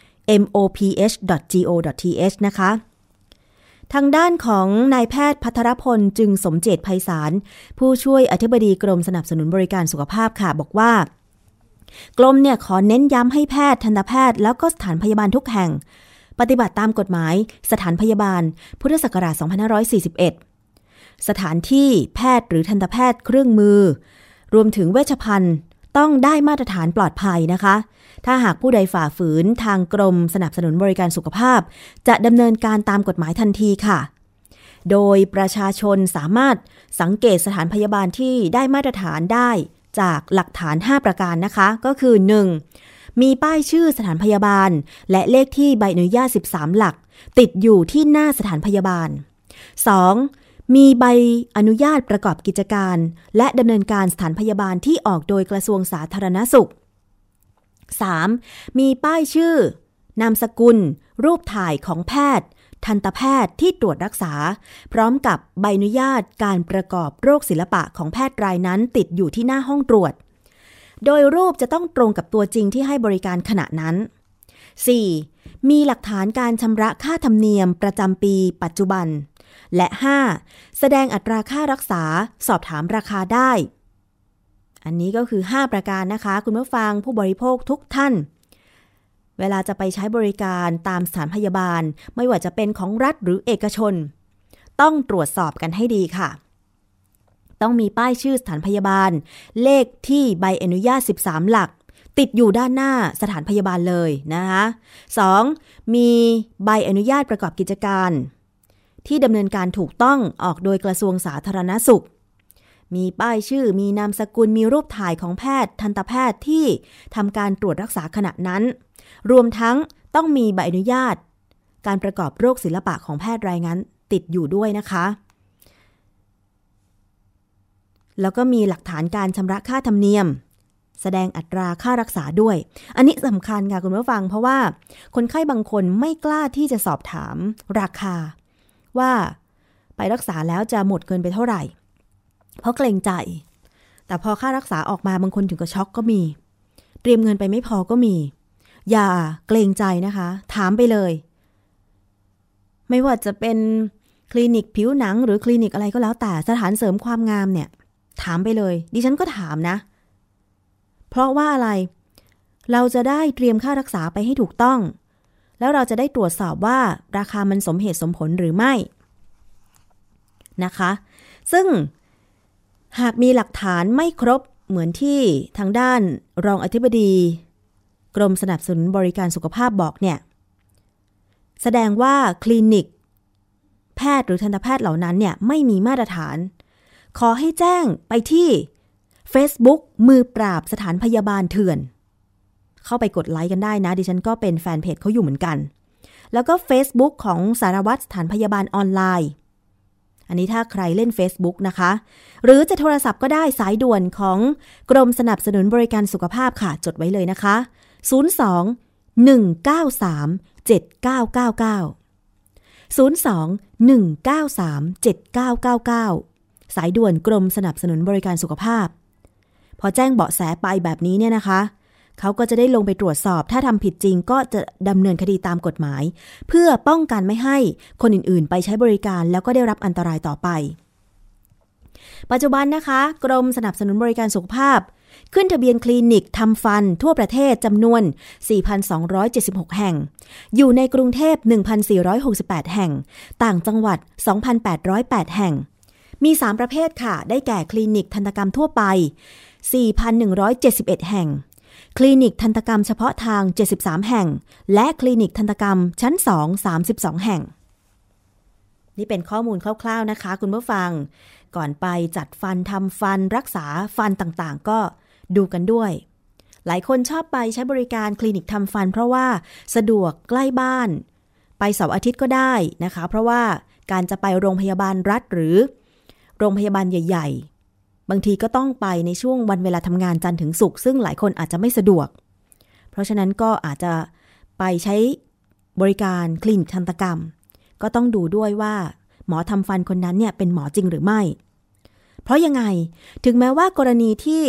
moph.go.th นะคะทางด้านของนายแพทย์ภัทรพลจึงสมเจตไพศาลผู้ช่วยอธิบดีกรมสนับสนุนบริการสุขภาพค่ะบอกว่ากรมเนี่ยขอเน้นย้ำให้แพทย์ทันตแพทย์แล้วก็สถานพยาบาลทุกแห่งปฏิบัติตามกฎหมายสถานพยาบาลพุทธศักราช2541สถานที่แพทย์หรือทันตแพทย์เครื่องมือรวมถึงเวชภัณฑ์ต้องได้มาตรฐานปลอดภัยนะคะถ้าหากผู้ใดฝ่าฝืนทางกรมสนับสนุนบริการสุขภาพจะดำเนินการตามกฎหมายทันทีค่ะโดยประชาชนสามารถสังเกตสถานพยาบาลที่ได้มาตรฐานได้จากหลักฐาน5ประการนะคะก็คือ 1. มีป้ายชื่อสถานพยาบาลและเลขที่ใบอนุญาต13หลักติดอยู่ที่หน้าสถานพยาบาล 2. มีใบอนุญาตประกอบกิจการและดำเนินการสถานพยาบาลที่ออกโดยกระทรวงสาธารณสุข 3. มีป้ายชื่อนามสกุลรูปถ่ายของแพทย์ทันตแพทย์ที่ตรวจรักษาพร้อมกับใบอนุญาตการประกอบโรคศิลปะของแพทย์รายนั้นติดอยู่ที่หน้าห้องตรวจโดยรูปจะต้องตรงกับตัวจริงที่ให้บริการขณะนั้น 4. มีหลักฐานการชำระค่าธรรมเนียมประจำปีปัจจุบันและ 5. แสดงอัตราค่ารักษาสอบถามราคาได้อันนี้ก็คือ5ประการนะคะคุณผู้ฟังผู้บริโภคทุกท่านเวลาจะไปใช้บริการตามสถานพยาบาลไม่ว่าจะเป็นของรัฐหรือเอกชนต้องตรวจสอบกันให้ดีค่ะต้องมีป้ายชื่อสถานพยาบาลเลขที่ใบอนุญาต13หลักติดอยู่ด้านหน้าสถานพยาบาลเลยนะคะ 2. มีใบอนุญาตประกอบกิจการที่ดำเนินการถูกต้องออกโดยกระทรวงสาธารณสุขมีป้ายชื่อมีนามสกุลมีรูปถ่ายของแพทย์ทันตแพทย์ที่ทำการตรวจรักษาขณะนั้นรวมทั้งต้องมีใบอนุญาตการประกอบโรคศิลปะของแพทย์รายงานติดอยู่ด้วยนะคะแล้วก็มีหลักฐานการชำระค่าธรรมเนียมแสดงอัตราค่ารักษาด้วยอันนี้สำคัญค่ะคุณผู้ฟังเพราะว่าคนไข้บางคนไม่กล้าที่จะสอบถามราคาว่าไปรักษาแล้วจะหมดเงินไปเท่าไหร่เพราะเกรงใจแต่พอค่ารักษาออกมาบางคนถึงกับช็อกก็มีเตรียมเงินไปไม่พอก็มีอย่าเกรงใจนะคะถามไปเลยไม่ว่าจะเป็นคลินิกผิวหนังหรือคลินิกอะไรก็แล้วแต่สถานเสริมความงามเนี่ยถามไปเลยดิฉันก็ถามนะเพราะว่าอะไรเราจะได้เตรียมค่ารักษาไปให้ถูกต้องแล้วเราจะได้ตรวจสอบว่าราคามันสมเหตุสมผลหรือไม่นะคะซึ่งหากมีหลักฐานไม่ครบเหมือนที่ทางด้านรองอธิบดีกรมสนับสนุนบริการสุขภาพบอกเนี่ยแสดงว่าคลินิกแพทย์หรือทันตแพทย์เหล่านั้นเนี่ยไม่มีมาตรฐานขอให้แจ้งไปที่ Facebook มือปราบสถานพยาบาลเถื่อนเข้าไปกดไลค์กันได้นะดิฉันก็เป็นแฟนเพจเขาอยู่เหมือนกันแล้วก็ Facebook ของสารวัตรสถานพยาบาลออนไลน์อันนี้ถ้าใครเล่น Facebook นะคะหรือจะโทรศัพท์ก็ได้สายด่วนของกรมสนับสนุนบริการสุขภาพค่ะจดไว้เลยนะคะ02-193-7999 สายด่วนกรมสนับสนุนบริการสุขภาพพอแจ้งเบาะแสไปแบบนี้เนี่ยนะคะเขาก็จะได้ลงไปตรวจสอบถ้าทำผิดจริงก็จะดำเนินคดีตามกฎหมายเพื่อป้องกันไม่ให้คนอื่นๆไปใช้บริการแล้วก็ได้รับอันตรายต่อไปปัจจุบันนะคะกรมสนับสนุนบริการสุขภาพขึ้นทะเบียนคลินิกทำฟันทั่วประเทศจำนวน 4,276 แห่งอยู่ในกรุงเทพ 1,468 แห่งต่างจังหวัด 2,808 แห่งมี3ประเภทค่ะได้แก่คลินิกทันตกรรมทั่วไป 4,171 แห่งคลินิกทันตกรรมเฉพาะทาง73แห่งและคลินิกทันตกรรมชั้น2 32แห่งนี่เป็นข้อมูลคร่าวๆนะคะคุณผู้ฟังก่อนไปจัดฟันทำฟันรักษาฟันต่างๆก็ดูกันด้วยหลายคนชอบไปใช้บริการคลินิกทำฟันเพราะว่าสะดวกใกล้บ้านไปเสาร์อาทิตย์ก็ได้นะคะเพราะว่าการจะไปโรงพยาบาลรัฐหรือโรงพยาบาลใหญ่ๆบางทีก็ต้องไปในช่วงวันเวลาทำงานจันทร์ถึงศุกร์ซึ่งหลายคนอาจจะไม่สะดวกเพราะฉะนั้นก็อาจจะไปใช้บริการคลินิกทันตกรรมก็ต้องดูด้วยว่าหมอทำฟันคนนั้นเนี่ยเป็นหมอจริงหรือไม่เพราะยังไงถึงแม้ว่ากรณีที่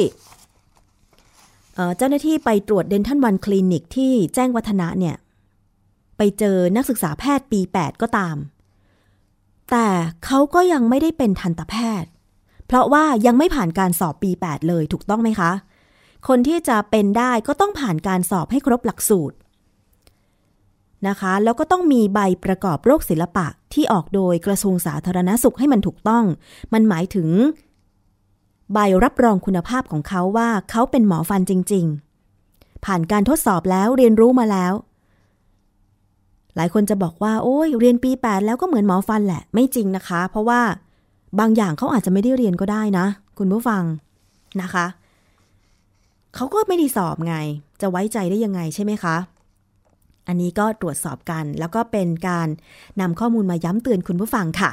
เจ้าหน้าที่ไปตรวจเดนทัลวันคลินิกที่แจ้งวัฒนะเนี่ยไปเจอนักศึกษาแพทย์ปี8ก็ตามแต่เขาก็ยังไม่ได้เป็นทันตแพทย์เพราะว่ายังไม่ผ่านการสอบปี8เลยถูกต้องไหมคะคนที่จะเป็นได้ก็ต้องผ่านการสอบให้ครบหลักสูตรนะคะแล้วก็ต้องมีใบประกอบโรคศิลปะที่ออกโดยกระทรวงสาธารณสุขให้มันถูกต้องมันหมายถึงใบรับรองคุณภาพของเขาว่าเขาเป็นหมอฟันจริงๆผ่านการทดสอบแล้วเรียนรู้มาแล้วหลายคนจะบอกว่าโอ้ยเรียนปี8แล้วก็เหมือนหมอฟันแหละไม่จริงนะคะเพราะว่าบางอย่างเขาอาจจะไม่ได้เรียนก็ได้นะคุณผู้ฟังนะคะเขาก็ไม่ได้สอบไงจะไว้ใจได้ยังไงใช่ไหมคะอันนี้ก็ตรวจสอบกันแล้วก็เป็นการนำข้อมูลมาย้ำเตือนคุณผู้ฟังค่ะ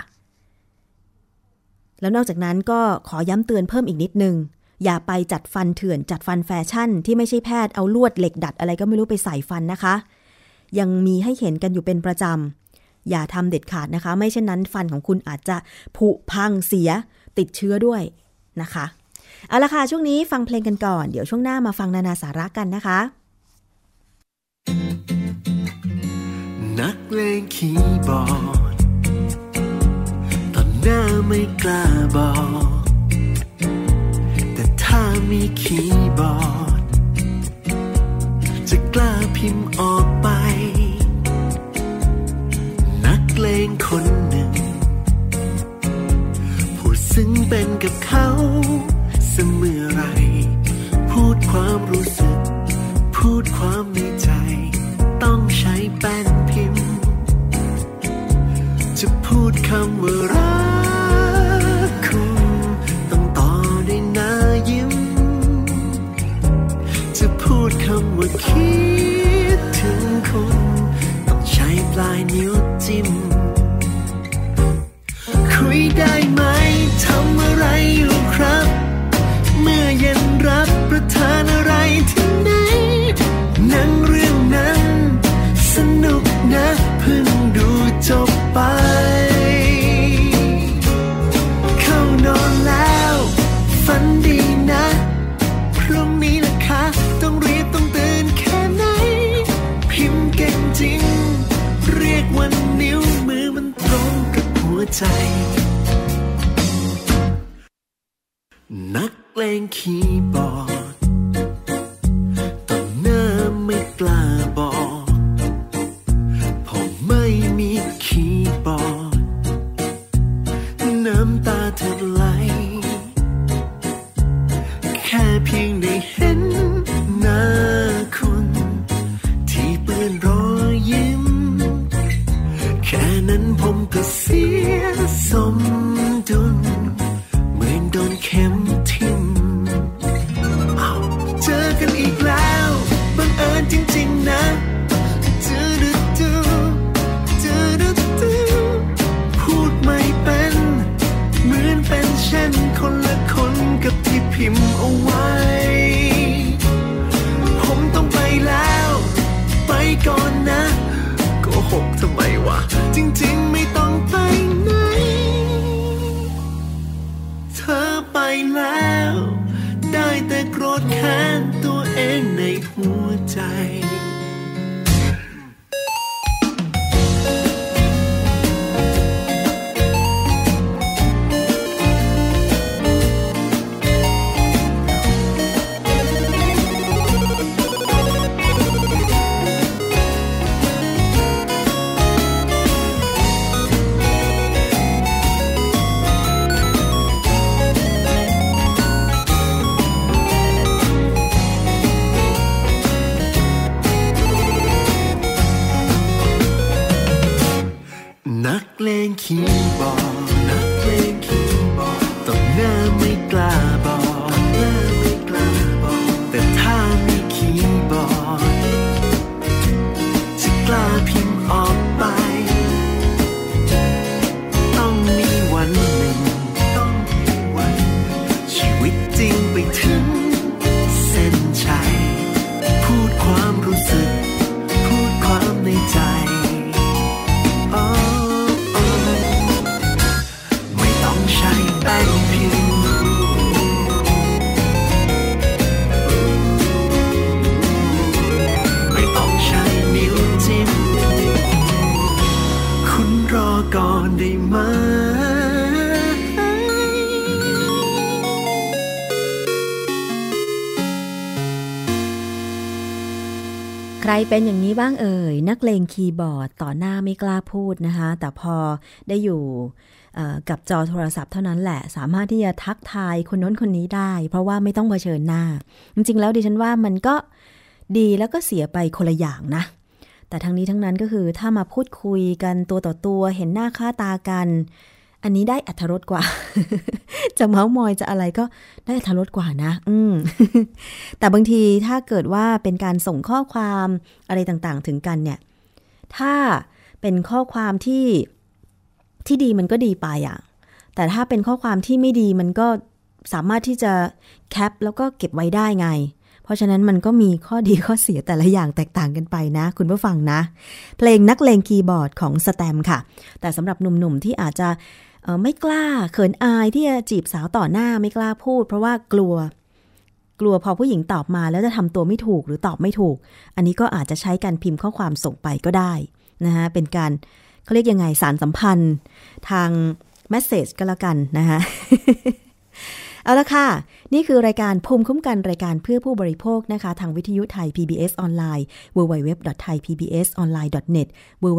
แล้วนอกจากนั้นก็ขอย้ำเตือนเพิ่มอีกนิดนึงอย่าไปจัดฟันเถื่อนจัดฟันแฟชั่นที่ไม่ใช่แพทย์เอาลวดเหล็กดัดอะไรก็ไม่รู้ไปใส่ฟันนะคะยังมีให้เห็นกันอยู่เป็นประจำอย่าทำเด็ดขาดนะคะไม่เช่นนั้นฟันของคุณอาจจะผุพังเสียติดเชื้อด้วยนะคะเอาละค่ะช่วงนี้ฟังเพลงกันก่อนเดี๋ยวช่วงหน้ามาฟังนานาสาระกันนะคะนักเลงคีย์บอร์ดตอนหน้าไม่กล้าบอกแต่ถ้ามีคีย์บอร์ดจะกล้าพิมพ์ออกไปนักเลงคนหนึ่งพูดซึ้งเป็นกับเขาเสมอไรพูดความรู้สึกพูดความในใจต้องใช้แป้นพิมพ์จะพูดคคำว่าคิดถึงคุณต้องใช้ปลายนิ้วจิ้มคุยได้ไหมทำอะไรอยู่ครับเมื่อเย็นรับประทานอะไรที่ไหนหนังเรื่องนั้นสนุกนะเพิ่งดูจบไปเข้านอนแล้วฝันดีนะพรุ่งนี้ล่ะคะต้องรีบต้องตื่นแค่ไหนพิมพ์เก่งจริงเรียกวันนิ้วมือมันตรงกับหัวใจนักเลงคีย์บอร์ดต่อหน้าไม่กล้าบอกผมไม่มีคีย์บอร์ดน้ำตาเธอไหลแค่เพียงได้เห็นหน้าคุณที่เปื้อนรอยยิ้มแค่นั้นผมก็เสียสมดุลเหมือนโดนเข็มทิ่มเจอกันอีกแล้วบังเอิญจริงๆนะพูดไม่เป็นเหมือนเป็นเช่นคนละคนกับที่พิมพ์เอาไว้ผมต้องไปแล้วไปก่อนนะโกหกทำไมวะจริงๆไม่ต้องไปไหนเธอไปแล้วได้แต่โกรธแค้นตัวเองในหัวใจนักเลงคีย์บอร์ดต้องหน้าไม่กล้าบอกแต่ถ้ามีคีย์บอร์ดจะกล้าพิมพ์ออกไปต้องมีวันหนึ่งชีวิตจริงไปถึงเส้นชัยพูดความรู้สึกพูดความในใจแป้งพิมพ์ไม่ต้องใช้นิ้วจิ้มคุณรอก่อนได้ไหมใครเป็นอย่างนี้บ้างเอ่ยนักเลงคีย์บอร์ดต่อหน้าไม่กล้าพูดนะคะแต่พอได้อยู่กับจอโทรศัพท์เท่านั้นแหละสามารถที่จะทักทายคนโน้นคนนี้ได้เพราะว่าไม่ต้องเผชิญหน้าจริงๆแล้วดิฉันว่ามันก็ดีแล้วก็เสียไปคนละอย่างนะแต่ทั้งนี้ทั้งนั้นก็คือถ้ามาพูดคุยกันตัวต่อตัวเห็นหน้าค่าตากันอันนี้ได้อรรถรสกว่า จะเม้ามอยจะอะไรก็ได้อรรถรสกว่านะแต่บางทีถ้าเกิดว่าเป็นการส่งข้อความอะไรต่างๆถึงกันเนี่ยถ้าเป็นข้อความที่ดีมันก็ดีไปอ่ะแต่ถ้าเป็นข้อความที่ไม่ดีมันก็สามารถที่จะแคปแล้วก็เก็บไว้ได้ไงเพราะฉะนั้นมันก็มีข้อดีข้อเสียแต่ละอย่างแตกต่างกันไปนะคุณผู้ฟังนะเพลงนักเลงคีย์บอร์ดของสแตมค่ะแต่สำหรับหนุ่มๆที่อาจจะไม่กล้าเขินอายที่จะจีบสาวต่อหน้าไม่กล้าพูดเพราะว่ากลัวพอผู้หญิงตอบมาแล้วจะทำตัวไม่ถูกหรือตอบไม่ถูกอันนี้ก็อาจจะใช้การพิมพ์ข้อความส่งไปก็ได้นะคะเป็นการเขาเรียกยังไงสารสัมพันธ์ทางเมสเสจก็แล้วกันนะคะ เอาละค่ะนี่คือรายการภูมิคุ้มกันรายการเพื่อผู้บริโภคนะคะทางวิทยุไทย PBS ออนไลน์ www.thaipbsonline.net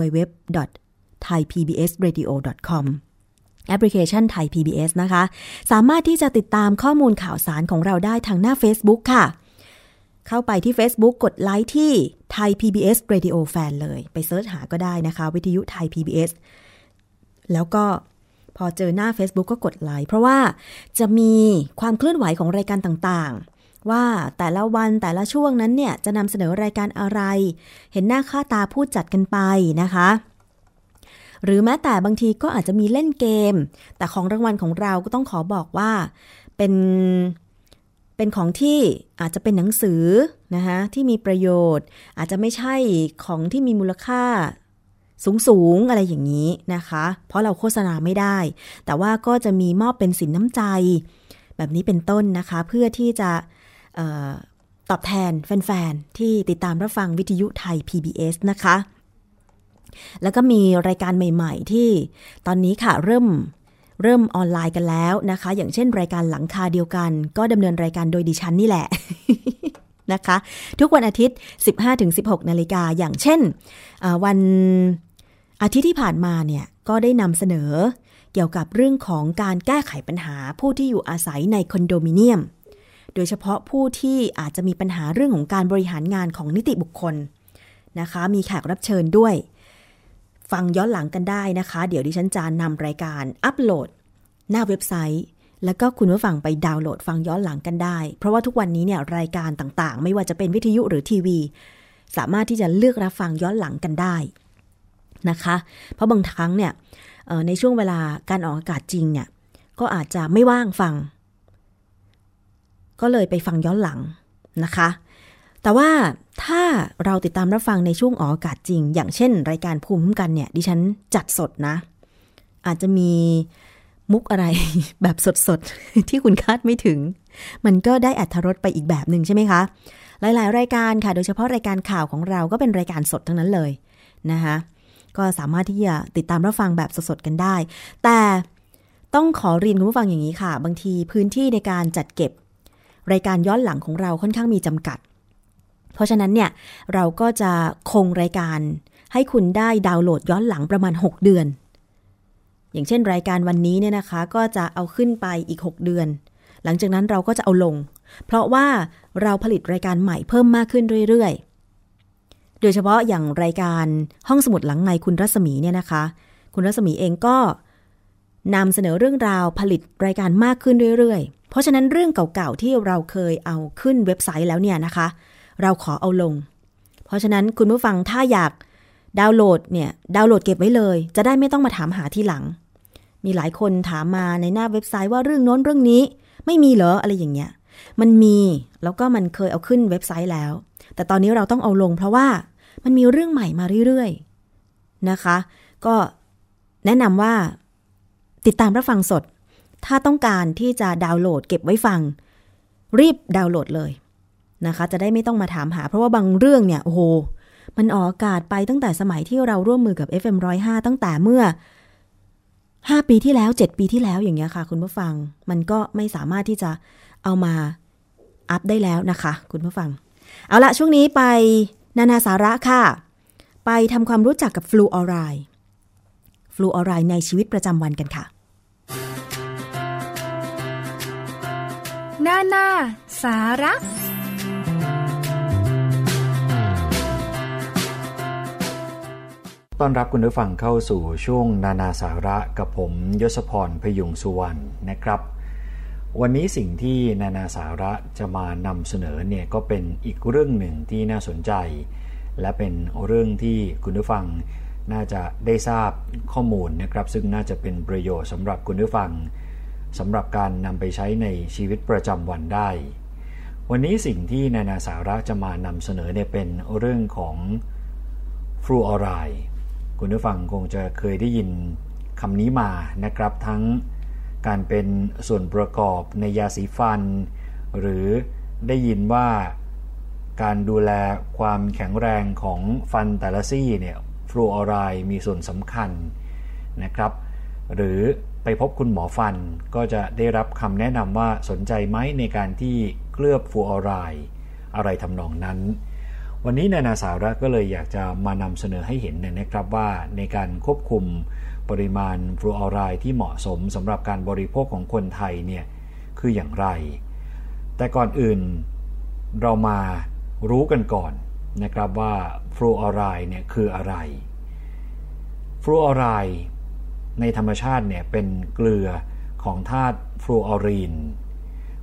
www.thaipbsradio.com แอปพลิเคชันไทย PBS นะคะสามารถที่จะติดตามข้อมูลข่าวสารของเราได้ทางหน้า Facebook ค่ะเข้าไปที่ Facebook กดไลค์ที่ Thai PBS Radio Fan เลยไปเสิร์ชหาก็ได้นะคะวิทยุไทย PBS แล้วก็พอเจอหน้า Facebook ก็กดไลค์เพราะว่าจะมีความเคลื่อนไหวของรายการต่างๆว่าแต่ละวันแต่ละช่วงนั้นเนี่ยจะนำเสนอรายการอะไรเห็นหน้าค่าตาพูดจัดกันไปนะคะหรือแม้แต่บางทีก็อาจจะมีเล่นเกมแต่ของรางวัลของเราก็ต้องขอบอกว่าเป็นของที่อาจจะเป็นหนังสือนะคะที่มีประโยชน์อาจจะไม่ใช่ของที่มีมูลค่าสูงอะไรอย่างนี้นะคะเพราะเราโฆษณาไม่ได้แต่ว่าก็จะมีมอบเป็นสินน้ำใจแบบนี้เป็นต้นนะคะเพื่อที่จะตอบแทนแฟนๆที่ติดตามรับฟังวิทยุไทย PBS นะคะแล้วก็มีรายการใหม่ๆที่ตอนนี้ค่ะเริ่มออนไลน์กันแล้วนะคะอย่างเช่นรายการหลังคาเดียวกันก็ดำเนินรายการโดยดิฉันนี่แหละ นะคะทุกวันอาทิตย์ 15-16 นาฬิกาอย่างเช่นวันอาทิตย์ที่ผ่านมาเนี่ยก็ได้นำเสนอเกี่ยวกับเรื่องของการแก้ไขปัญหาผู้ที่อยู่อาศัยในคอนโดมิเนียมโดยเฉพาะผู้ที่อาจจะมีปัญหาเรื่องของการบริหารงานของนิติบุคคลนะคะมีแขกรับเชิญด้วยฟังย้อนหลังกันได้นะคะเดี๋ยวดิฉันจะนำรายการอัปโหลดหน้าเว็บไซต์แล้วก็คุณผู้ฟังไปดาวน์โหลดฟังย้อนหลังกันได้เพราะว่าทุกวันนี้เนี่ยรายการต่างๆไม่ว่าจะเป็นวิทยุหรือทีวีสามารถที่จะเลือกรับฟังย้อนหลังกันได้นะคะเพราะบางครั้งเนี่ยในช่วงเวลาการออกอากาศจริงเนี่ยก็อาจจะไม่ว่างฟังก็เลยไปฟังย้อนหลังนะคะแต่ว่าถ้าเราติดตามรับฟังในช่วงออกอากาศจริงอย่างเช่นรายการภูมิคุ้มกันเนี่ยดิฉันจัดสดนะอาจจะมีมุกอะไร แบบสดๆ ที่คุณคาดไม่ถึงมันก็ได้อรรถรสไปอีกแบบหนึ่งใช่ไหมคะหลายๆรายการค่ะโดยเฉพาะรายการข่าวของเราก็เป็นรายการสดทั้งนั้นเลยนะคะก็สามารถที่จะติดตามรับฟังแบบสดๆกันได้แต่ต้องขอเรียนคุณผู้ฟังอย่างนี้ค่ะบางทีพื้นที่ในการจัดเก็บรายการย้อนหลังของเราค่อนข้างมีจำกัดเพราะฉะนั้นเนี่ยเราก็จะคงรายการให้คุณได้ดาวน์โหลดย้อนหลังประมาณ6เดือนอย่างเช่นรายการวันนี้เนี่ยนะคะก็จะเอาขึ้นไปอีก6เดือนหลังจากนั้นเราก็จะเอาลงเพราะว่าเราผลิตรายการใหม่เพิ่มมากขึ้นเรื่อยๆโดยเฉพาะอย่างรายการห้องสมุดหลังไมค์คุณรัศมีเนี่ยนะคะคุณรัศมีเองก็นำเสนอเรื่องราวผลิตรายการมากขึ้นเรื่อยๆเพราะฉะนั้นเรื่องเก่าๆที่เราเคยเอาขึ้นเว็บไซต์แล้วเนี่ยนะคะเราขอเอาลงเพราะฉะนั้นคุณผู้ฟังถ้าอยากดาวน์โหลดเนี่ยดาวน์โหลดเก็บไว้เลยจะได้ไม่ต้องมาถามหาทีหลังมีหลายคนถามมาในหน้าเว็บไซต์ว่าเรื่องโน้นเรื่องนี้ไม่มีเหรออะไรอย่างเงี้ยมันมีแล้วก็มันเคยเอาขึ้นเว็บไซต์แล้วแต่ตอนนี้เราต้องเอาลงเพราะว่ามันมีเรื่องใหม่มาเรื่อยๆนะคะก็แนะนำว่าติดตามรับฟังสดถ้าต้องการที่จะดาวน์โหลดเก็บไว้ฟังรีบดาวน์โหลดเลยนะคะจะได้ไม่ต้องมาถามหาเพราะว่าบางเรื่องเนี่ยโอ้โหมันออกอากาศไปตั้งแต่สมัยที่เราร่วมมือกับ FM 105ตั้งแต่เมื่อ5ปีที่แล้ว7ปีที่แล้วอย่างเงี้ยค่ะคุณผู้ฟังมันก็ไม่สามารถที่จะเอามาอัพได้แล้วนะคะคุณผู้ฟังเอาละช่วงนี้ไปนานาสาระค่ะไปทำความรู้จักกับฟลูออไรด์ในชีวิตประจำวันกันค่ะนานาสาระต้อนรับคุณผู้ฟังเข้าสู่ช่วงนานาสาระกับผมยศพรพยุงสุวรรณนะครับวันนี้สิ่งที่นานาสาระจะมานำเสนอเนี่ยก็เป็นอีกเรื่องหนึ่งที่น่าสนใจและเป็นเรื่องที่คุณผู้ฟังน่าจะได้ทราบข้อมูลนะครับซึ่งน่าจะเป็นประโยชน์สำหรับคุณผู้ฟังสำหรับการนำไปใช้ในชีวิตประจำวันได้วันนี้สิ่งที่นานาสาระจะมานำเสนอเนี่ยเป็นเรื่องของฟลูออไรด์คุณผู้ฟังคงจะเคยได้ยินคำนี้มานะครับทั้งการเป็นส่วนประกอบในยาสีฟันหรือได้ยินว่าการดูแลความแข็งแรงของฟันแต่ละซี่เนี่ยฟลูออไรด์มีส่วนสำคัญนะครับหรือไปพบคุณหมอฟันก็จะได้รับคำแนะนำว่าสนใจไหมในการที่เคลือบฟลูออไรด์อะไรทำนองนั้นวันนี้นานาสาระก็เลยอยากจะมานำเสนอให้เห็นนะครับว่าในการควบคุมปริมาณฟลูออไรด์ที่เหมาะสมสำหรับการบริโภคของคนไทยเนี่ยคืออย่างไรแต่ก่อนอื่นเรามารู้กันก่อนนะครับว่าฟลูออไรด์เนี่ยคืออะไรฟลูออไรด์ในธรรมชาติเนี่ยเป็นเกลือของธาตุฟลูออรีน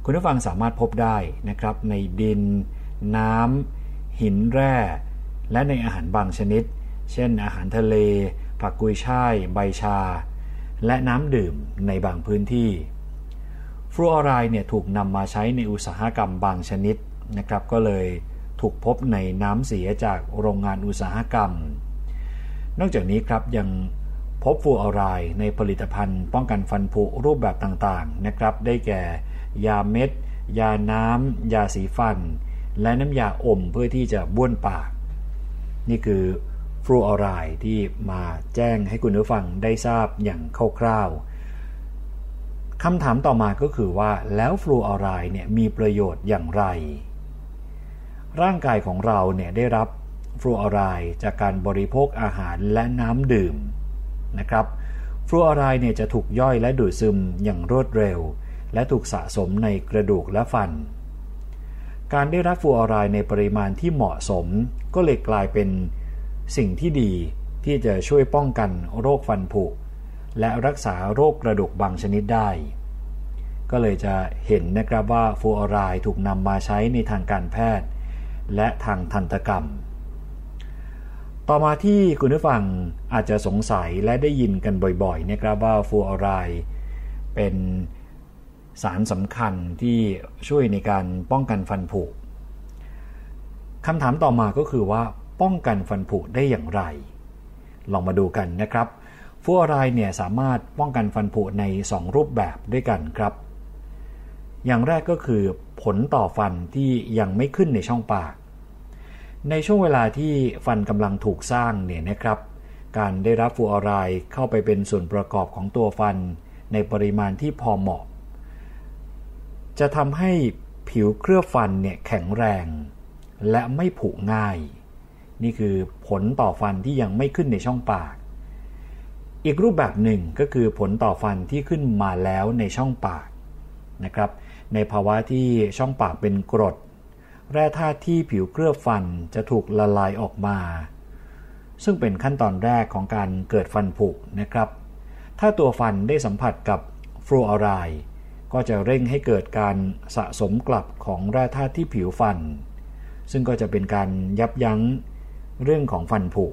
คุณผู้ฟังสามารถพบได้นะครับในดินน้ำหินแร่และในอาหารบางชนิดเช่นอาหารทะเลผักกุยช่ายใบชาและน้ำดื่มในบางพื้นที่ฟลูออไรด์เนี่ยถูกนำมาใช้ในอุตสาหกรรมบางชนิดนะครับก็เลยถูกพบในน้ำเสียจากโรงงานอุตสาหกรรมนอกจากนี้ครับยังพบฟลูออไรด์ในผลิตภัณฑ์ป้องกันฟันผุรูปแบบต่างๆนะครับได้แก่ยาเม็ดยาน้ำยาสีฟันและน้ำยาอมเพื่อที่จะบ้วนปากนี่คือฟลูออไรด์ที่มาแจ้งให้คุณผู้ฟังได้ทราบอย่างคร่าวๆคำถามต่อมาก็คือว่าแล้วฟลูออไรด์เนี่ยมีประโยชน์อย่างไรร่างกายของเราเนี่ยได้รับฟลูออไรด์จากการบริโภคอาหารและน้ำดื่มนะครับฟลูออไรด์เนี่ยจะถูกย่อยและดูดซึมอย่างรวดเร็วและถูกสะสมในกระดูกและฟันการได้รับฟลูออไรด์ในปริมาณที่เหมาะสมก็เลยกลายเป็นสิ่งที่ดีที่จะช่วยป้องกันโรคฟันผุและรักษาโรคกระดูกบางชนิดได้ก็เลยจะเห็นนะครับว่าฟลูออไรด์ถูกนำมาใช้ในทางการแพทย์และทางทันตกรรมต่อมาที่คุณผู้ฟังอาจจะสงสัยและได้ยินกันบ่อยๆนะครับว่าฟลูออไรด์เป็นสารสำคัญที่ช่วยในการป้องกันฟันผุคำถามต่อมาก็คือว่าป้องกันฟันผุได้อย่างไรลองมาดูกันนะครับฟลูออไรด์เนี่ยสามารถป้องกันฟันผุใน2รูปแบบด้วยกันครับอย่างแรกก็คือผลต่อฟันที่ยังไม่ขึ้นในช่องปากในช่วงเวลาที่ฟันกำลังถูกสร้างเนี่ยนะครับการได้รับฟลูออไรด์เข้าไปเป็นส่วนประกอบของตัวฟันในปริมาณที่พอเหมาะจะทำให้ผิวเคลือบฟันเนี่ยแข็งแรงและไม่ผุง่ายนี่คือผลต่อฟันที่ยังไม่ขึ้นในช่องปากอีกรูปแบบหนึ่งก็คือผลต่อฟันที่ขึ้นมาแล้วในช่องปากนะครับในภาวะที่ช่องปากเป็นกรดแร่ธาตุที่ผิวเคลือบฟันจะถูกละลายออกมาซึ่งเป็นขั้นตอนแรกของการเกิดฟันผุนะครับถ้าตัวฟันได้สัมผัสกับฟลูออไรด์ก็จะเร่งให้เกิดการสะสมกลับของแร่ธาตุที่ผิวฟันซึ่งก็จะเป็นการยับยั้งเรื่องของฟันผุ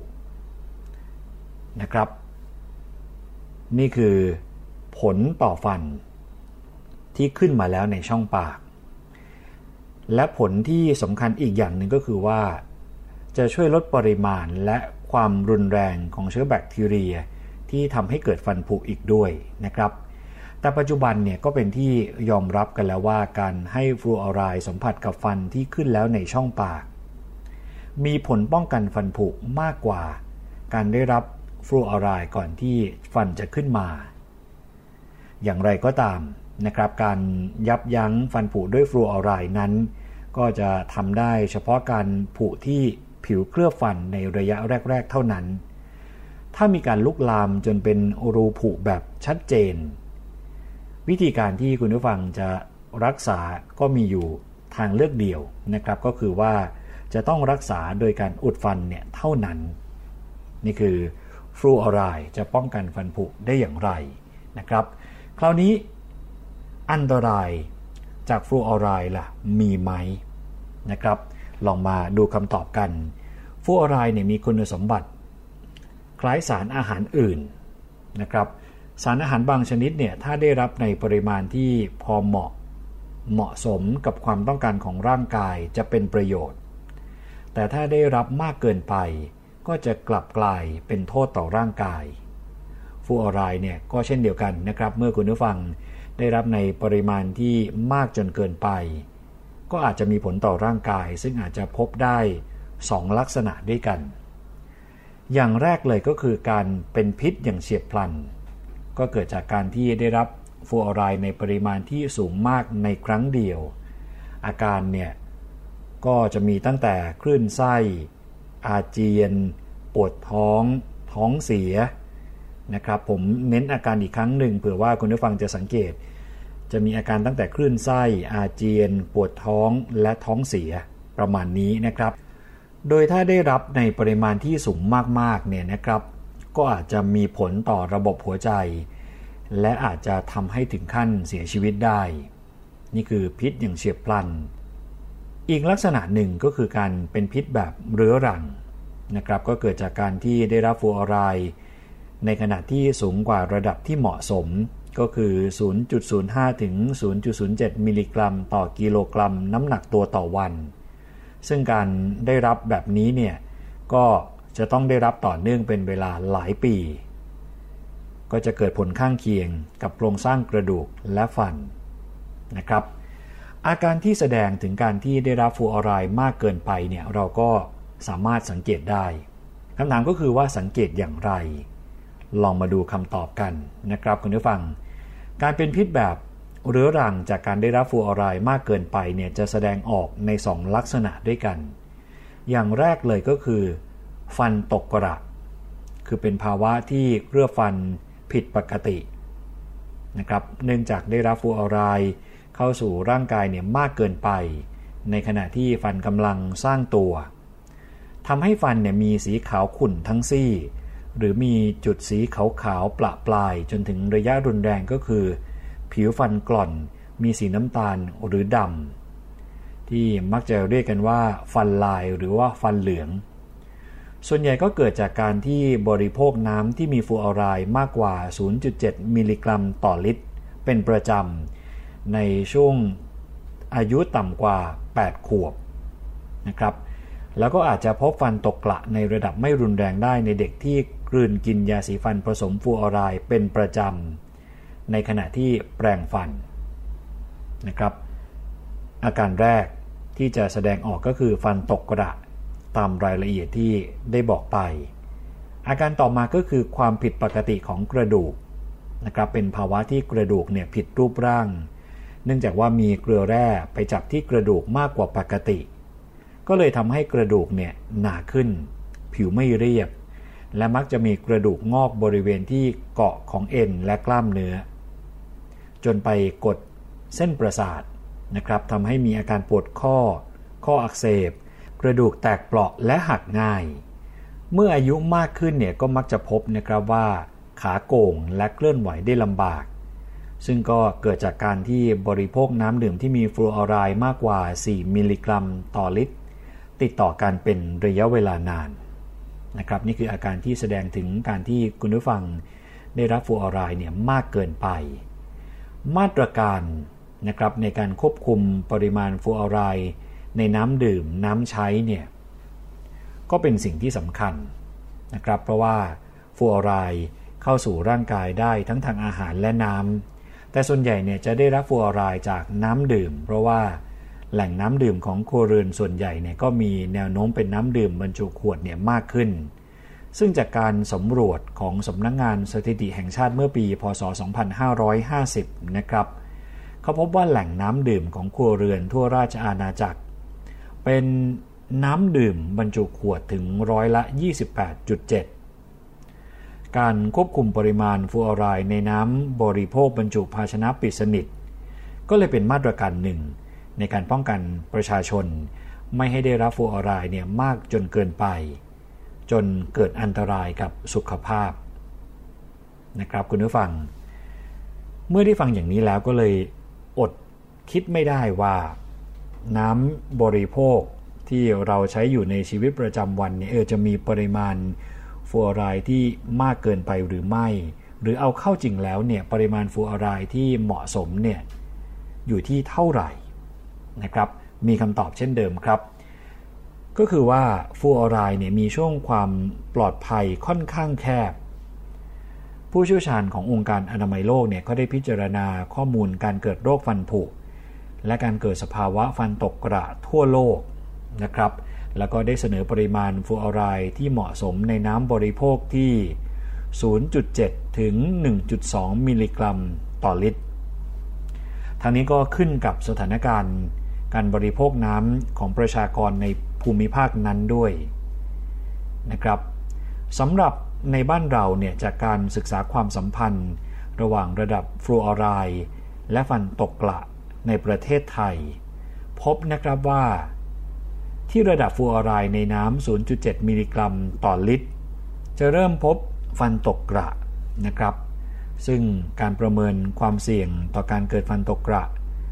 นะครับนี่คือผลต่อฟันที่ขึ้นมาแล้วในช่องปากและผลที่สำคัญอีกอย่างหนึ่งก็คือว่าจะช่วยลดปริมาณและความรุนแรงของเชื้อแบคทีเรียที่ทำให้เกิดฟันผุอีกด้วยนะครับแต่ปัจจุบันเนี่ยก็เป็นที่ยอมรับกันแล้วว่าการให้ฟลูออไรด์สัมผัสกับฟันที่ขึ้นแล้วในช่องปากมีผลป้องกันฟันผุมากกว่าการได้รับฟลูออไรด์ก่อนที่ฟันจะขึ้นมาอย่างไรก็ตามนะครับการยับยั้งฟันผุด้วยฟลูออไรด์นั้นก็จะทำได้เฉพาะการผุที่ผิวเคลือบฟันในระยะแรกๆเท่านั้นถ้ามีการลุกลามจนเป็นรูผุแบบชัดเจนวิธีการที่คุณผู้ฟังจะรักษาก็มีอยู่ทางเลือกเดียวนะครับก็คือว่าจะต้องรักษาโดยการอุดฟันเนี่ยเท่านั้นนี่คือฟลูออไรด์จะป้องกันฟันผุได้อย่างไรนะครับคราวนี้อันตรายจากฟลูออไรด์ล่ะมีไหมนะครับลองมาดูคำตอบกันฟลูออไรด์เนี่ยมีคุณสมบัติคล้ายสารอาหารอื่นนะครับสารอาหารบางชนิดเนี่ยถ้าได้รับในปริมาณที่พอเหมาะสมกับความต้องการของร่างกายจะเป็นประโยชน์แต่ถ้าได้รับมากเกินไปก็จะกลับกลายเป็นโทษต่อร่างกายฟลูออไรด์เนี่ยก็เช่นเดียวกันนะครับเมื่อคุณผู้ฟังได้รับในปริมาณที่มากจนเกินไปก็อาจจะมีผลต่อร่างกายซึ่งอาจจะพบได้2ลักษณะด้วยกันอย่างแรกเลยก็คือการเป็นพิษอย่างเฉียบพลันก็เกิดจากการที่ได้รับฟลูออไรด์ในปริมาณที่สูงมากในครั้งเดียวอาการเนี่ยก็จะมีตั้งแต่คลื่นไส้อาเจียนปวดท้องเสียนะครับผมเน้นอาการอีกครั้งหนึ่งเผื่อว่าคุณผู้ฟังจะสังเกตจะมีอาการตั้งแต่คลื่นไส้อาเจียนปวดท้องและท้องเสียประมาณนี้นะครับโดยถ้าได้รับในปริมาณที่สูงมากๆเนี่ยนะครับก็อาจจะมีผลต่อระบบหัวใจและอาจจะทำให้ถึงขั้นเสียชีวิตได้นี่คือพิษอย่างเฉียบพลันอีกลักษณะหนึ่งก็คือการเป็นพิษแบบเรื้อรังนะครับก็เกิดจากการที่ได้รับฟลูออไรด์ในขณะที่สูงกว่าระดับที่เหมาะสมก็คือ 0.05 ถึง 0.07 มิลลิกรัมต่อกิโลกรัมน้ำหนักตัวต่อวันซึ่งการได้รับแบบนี้เนี่ยก็จะต้องได้รับต่อเนื่องเป็นเวลาหลายปีก็จะเกิดผลข้างเคียงกับโครงสร้างกระดูกและฟันนะครับอาการที่แสดงถึงการที่ได้รับฟลูออไรด์มากเกินไปเนี่ยเราก็สามารถสังเกตได้คำถามก็คือว่าสังเกตอย่างไรลองมาดูคำตอบกันนะครับคุณผู้ฟังการเป็นพิษแบบเรื้อรังจากการได้รับฟลูออไรด์มากเกินไปเนี่ยจะแสดงออกใน2ลักษณะด้วยกันอย่างแรกเลยก็คือฟันตกกระคือเป็นภาวะที่เคลือบฟันผิดปกตินะครับเนื่องจากได้รับฟลูออไรด์เข้าสู่ร่างกายเนี่ยมากเกินไปในขณะที่ฟันกำลังสร้างตัวทำให้ฟันเนี่ยมีสีขาวขุ่นทั้งซี่หรือมีจุดสีขาวๆประปรายจนถึงระยะรุนแรงก็คือผิวฟันกร่อนมีสีน้ำตาลหรือดำที่มักจะเรียกกันว่าฟันลายหรือว่าฟันเหลืองส่วนใหญ่ก็เกิดจากการที่บริโภคน้ำที่มีฟลูออไรด์มากกว่า 0.7 มิลลิกรัมต่อลิตรเป็นประจำในช่วงอายุต่ำกว่า 8 ขวบนะครับแล้วก็อาจจะพบฟันตกกระในระดับไม่รุนแรงได้ในเด็กที่กลืนกินยาสีฟันผสมฟลูออไรด์เป็นประจำในขณะที่แปรงฟันนะครับอาการแรกที่จะแสดงออกก็คือฟันตกกระตามรายละเอียดที่ได้บอกไปอาการต่อมาก็คือความผิดปกติของกระดูกนะครับเป็นภาวะที่กระดูกเนี่ยผิดรูปร่างเนื่องจากว่ามีเกลือแร่ไปจับที่กระดูกมากกว่าปกติก็เลยทำให้กระดูกเนี่ยหนาขึ้นผิวไม่เรียบและมักจะมีกระดูกงอกบริเวณที่เกาะของเอ็นและกล้ามเนื้อจนไปกดเส้นประสาทนะครับทำให้มีอาการปวดข้ออักเสบกระดูกแตกเปราะและหักง่ายเมื่ออายุมากขึ้นเนี่ยก็มักจะพบนะครับว่าขาโก่งและเคลื่อนไหวได้ลำบากซึ่งก็เกิดจากการที่บริโภคน้ำดื่มที่มีฟลูออไรด์มากกว่า 4 มิลลิกรัมต่อลิตรติดต่อกันเป็นระยะเวลานานนะครับนี่คืออาการที่แสดงถึงการที่คุณผู้ฟังได้รับฟลูออไรด์เนี่ยมากเกินไปมาตรการนะครับในการควบคุมปริมาณฟลูออไรด์ในน้ำดื่มน้ำใช้เนี่ยก็เป็นสิ่งที่สำคัญนะครับเพราะว่าฟลูออไรด์เข้าสู่ร่างกายได้ทั้งทางอาหารและน้ำแต่ส่วนใหญ่เนี่ยจะได้รับฟลูออไรด์จากน้ำดื่มเพราะว่าแหล่งน้ำดื่มของครัวเรือนส่วนใหญ่เนี่ยก็มีแนวโน้มเป็นน้ำดื่มบรรจุขวดเนี่ยมากขึ้นซึ่งจากการสำรวจของสำนักงานสถิติแห่งชาติเมื่อปีพ.ศ. 2550นะครับเขาพบว่าแหล่งน้ำดื่มของครัวเรือนทั่วราชอาณาจักรเป็นน้ำดื่มบรรจุขวดถึง28.7%การควบคุมปริมาณฟลูออไรด์ในน้ำบริโภคบรรจุภาชนะปิดสนิทก็เลยเป็นมาตรการหนึ่งในการป้องกันประชาชนไม่ให้ได้รับฟลูออไรด์เนี่ยมากจนเกินไปจนเกิดอันตรายกับสุขภาพนะครับคุณผู้ฟังเมื่อได้ฟังอย่างนี้แล้วก็เลยอดคิดไม่ได้ว่าน้ำบริโภคที่เราใช้อยู่ในชีวิตประจำวันเนี่ยจะมีปริมาณฟลูออไรด์ที่มากเกินไปหรือไม่หรือเอาเข้าจริงแล้วเนี่ยปริมาณฟลูออไรด์ที่เหมาะสมเนี่ยอยู่ที่เท่าไหร่นะครับมีคำตอบเช่นเดิมครับก็คือว่าฟลูออไรด์เนี่ยมีช่วงความปลอดภัยค่อนข้างแคบผู้เชี่ยวชาญขององค์การอนามัยโลกเนี่ยก็ได้พิจารณาข้อมูลการเกิดโรคฟันผุและการเกิดสภาวะฟันตกกระทั่วโลกนะครับแล้วก็ได้เสนอปริมาณฟลูออไรด์ที่เหมาะสมในน้ำบริโภคที่ 0.7 ถึง 1.2 มิลลิกรัมต่อลิตรทางนี้ก็ขึ้นกับสถานการณ์การบริโภคน้ำของประชากรในภูมิภาคนั้นด้วยนะครับสำหรับในบ้านเราเนี่ยจากการศึกษาความสัมพันธ์ระหว่างระดับฟลูออไรด์และฟันตกกระในประเทศไทยพบนะครับว่าที่ระดับฟลูออไรด์ในน้ำ 0.7 มิลลิกรัมต่อลิตรจะเริ่มพบฟันตกกระนะครับซึ่งการประเมินความเสี่ยงต่อการเกิดฟันตกกระ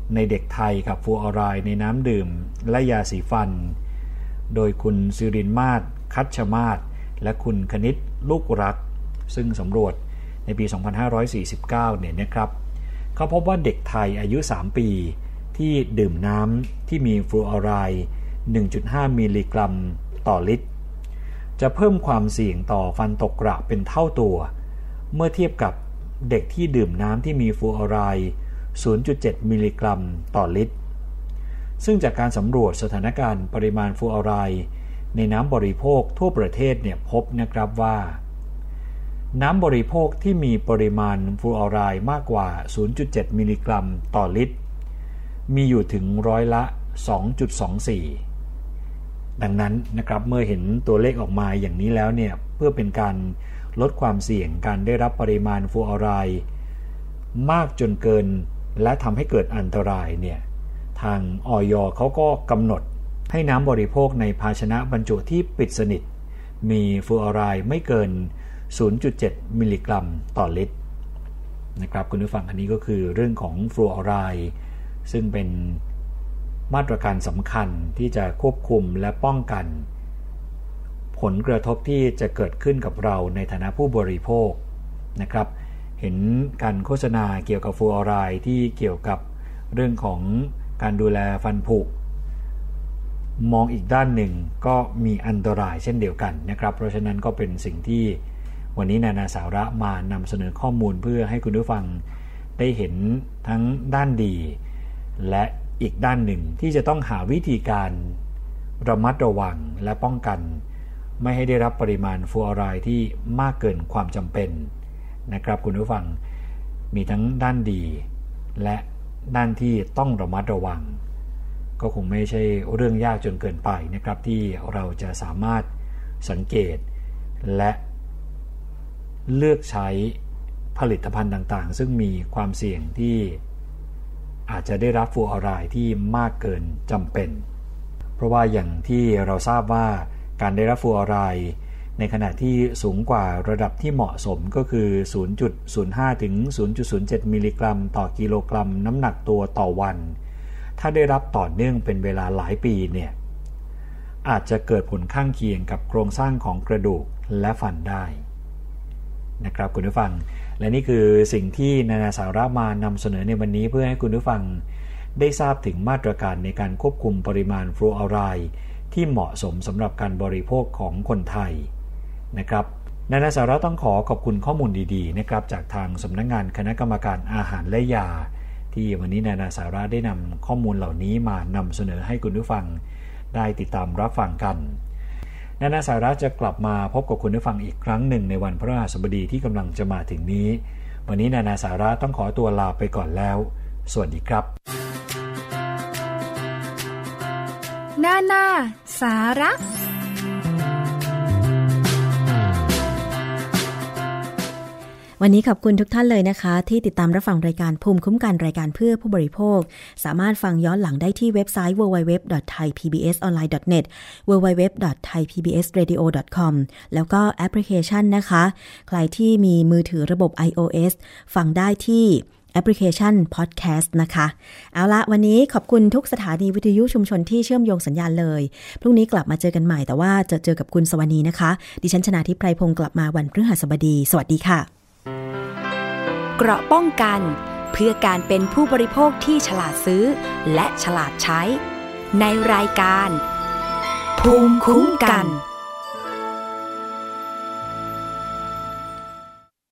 ในเด็กไทยกับฟลูออไรด์ในน้ำดื่มและยาสีฟันโดยคุณสิรินมาศคัชชมาศและคุณคณิตลูกรักซึ่งสำรวจในปี 2549 เนี่ยนะครับเขาพบว่าเด็กไทยอายุ 3 ปีที่ดื่มน้ำที่มีฟลูออไรด์ 1.5 มิลลิกรัมต่อลิตรจะเพิ่มความเสี่ยงต่อฟันตกกระเป็นเท่าตัวเมื่อเทียบกับเด็กที่ดื่มน้ำที่มีฟลูออไรด์ 0.7 มิลลิกรัมต่อลิตรซึ่งจากการสำรวจสถานการณ์ปริมาณฟลูออไรด์ในน้ำบริโภคทั่วประเทศเนี่ยพบนะครับว่าน้ำบริโภคที่มีปริมาณฟลูออไรด์มากกว่า 0.7 มิลลิกรัมต่อลิตรมีอยู่ถึงร้อยละ 2.24 ดังนั้นนะครับเมื่อเห็นตัวเลขออกมาอย่างนี้แล้วเนี่ยเพื่อเป็นการลดความเสี่ยงการได้รับปริมาณฟลูออไรด์มากจนเกินและทำให้เกิดอันตรายเนี่ยทางอย.เขาก็กำหนดให้น้ำบริโภคในภาชนะบรรจุที่ปิดสนิทมีฟลูออไรด์ไม่เกิน 0.7 มิลลิกรัมต่อลิตรนะครับคุณผู้ฟังอันนี้ก็คือเรื่องของฟลูออไรด์ซึ่งเป็นมาตรการสำคัญที่จะควบคุมและป้องกันผลกระทบที่จะเกิดขึ้นกับเราในฐานะผู้บริโภคนะครับเห็นการโฆษณาเกี่ยวกับฟลูออไรด์ที่เกี่ยวกับเรื่องของการดูแลฟันผุมองอีกด้านหนึ่งก็มีอันตรายเช่นเดียวกันนะครับเพราะฉะนั้นก็เป็นสิ่งที่วันนี้นานาสาระมานำเสนอข้อมูลเพื่อให้คุณผู้ฟังได้เห็นทั้งด้านดีและอีกด้านหนึ่งที่จะต้องหาวิธีการระมัดระวังและป้องกันไม่ให้ได้รับปริมาณฟลูออไรด์ที่มากเกินความจำเป็นนะครับคุณผู้ฟังมีทั้งด้านดีและด้านที่ต้องระมัดระวังก็คงไม่ใช่เรื่องยากจนเกินไปนะครับที่เราจะสามารถสังเกตและเลือกใช้ผลิตภัณฑ์ต่างๆซึ่งมีความเสี่ยงที่อาจจะได้รับฟลูออไรด์ที่มากเกินจำเป็นเพราะว่าอย่างที่เราทราบว่าการได้รับฟลูออไรด์ในขณะที่สูงกว่าระดับที่เหมาะสมก็คือ 0.05 ถึง 0.07 มิลลิกรัมต่อกิโลกรัมน้ำหนักตัวต่อวันถ้าได้รับต่อเนื่องเป็นเวลาหลายปีเนี่ยอาจจะเกิดผลข้างเคียงกับโครงสร้างของกระดูกและฟันได้นะครับคุณผู้ฟังและนี่คือสิ่งที่นานาสาระมานำเสนอในวันนี้เพื่อให้คุณผู้ฟังได้ทราบถึงมาตรการในการควบคุมปริมาณฟลูออไรด์ที่เหมาะสมสำหรับการบริโภคของคนไทยนะครับนานาสาระต้องขอบคุณข้อมูลดีๆนะครับจากทางสำนักงานคณะกรรมการอาหารและยาที่วันนี้นานาสาระได้นำข้อมูลเหล่านี้มานำเสนอให้คุณผู้ฟังได้ติดตามรับฟังกันนานาสาระจะกลับมาพบกับคุณผู้ฟังอีกครั้งหนึ่งในวันพฤหัสบดีที่กำลังจะมาถึงนี้วันนี้นานาสาระต้องขอตัวลาไปก่อนแล้วสวัสดีครับนานาสาระวันนี้ขอบคุณทุกท่านเลยนะคะที่ติดตามรับฟังรายการภูมิคุ้มกันรายการเพื่อผู้บริโภคสามารถฟังย้อนหลังได้ที่เว็บไซต์ www.thaipbsonline.net www.thaipbsradio.com แล้วก็แอปพลิเคชันนะคะใครที่มีมือถือระบบ iOS ฟังได้ที่แอปพลิเคชัน Podcast นะคะเอาละวันนี้ขอบคุณทุกสถานีวิทยุชุมชนที่เชื่อมโยงสัญญาณเลยพรุ่งนี้กลับมาเจอกันใหม่แต่ว่าจะเจอกับคุณสวนีนะคะดิฉันชนาธิปไพรพงศ์กลับมาวันพฤหัสบดีสวัสดีค่ะเกราะป้องกันเพื่อการเป็นผู้บริโภคที่ฉลาดซื้อและฉลาดใช้ในรายการภูมิคุ้มกัน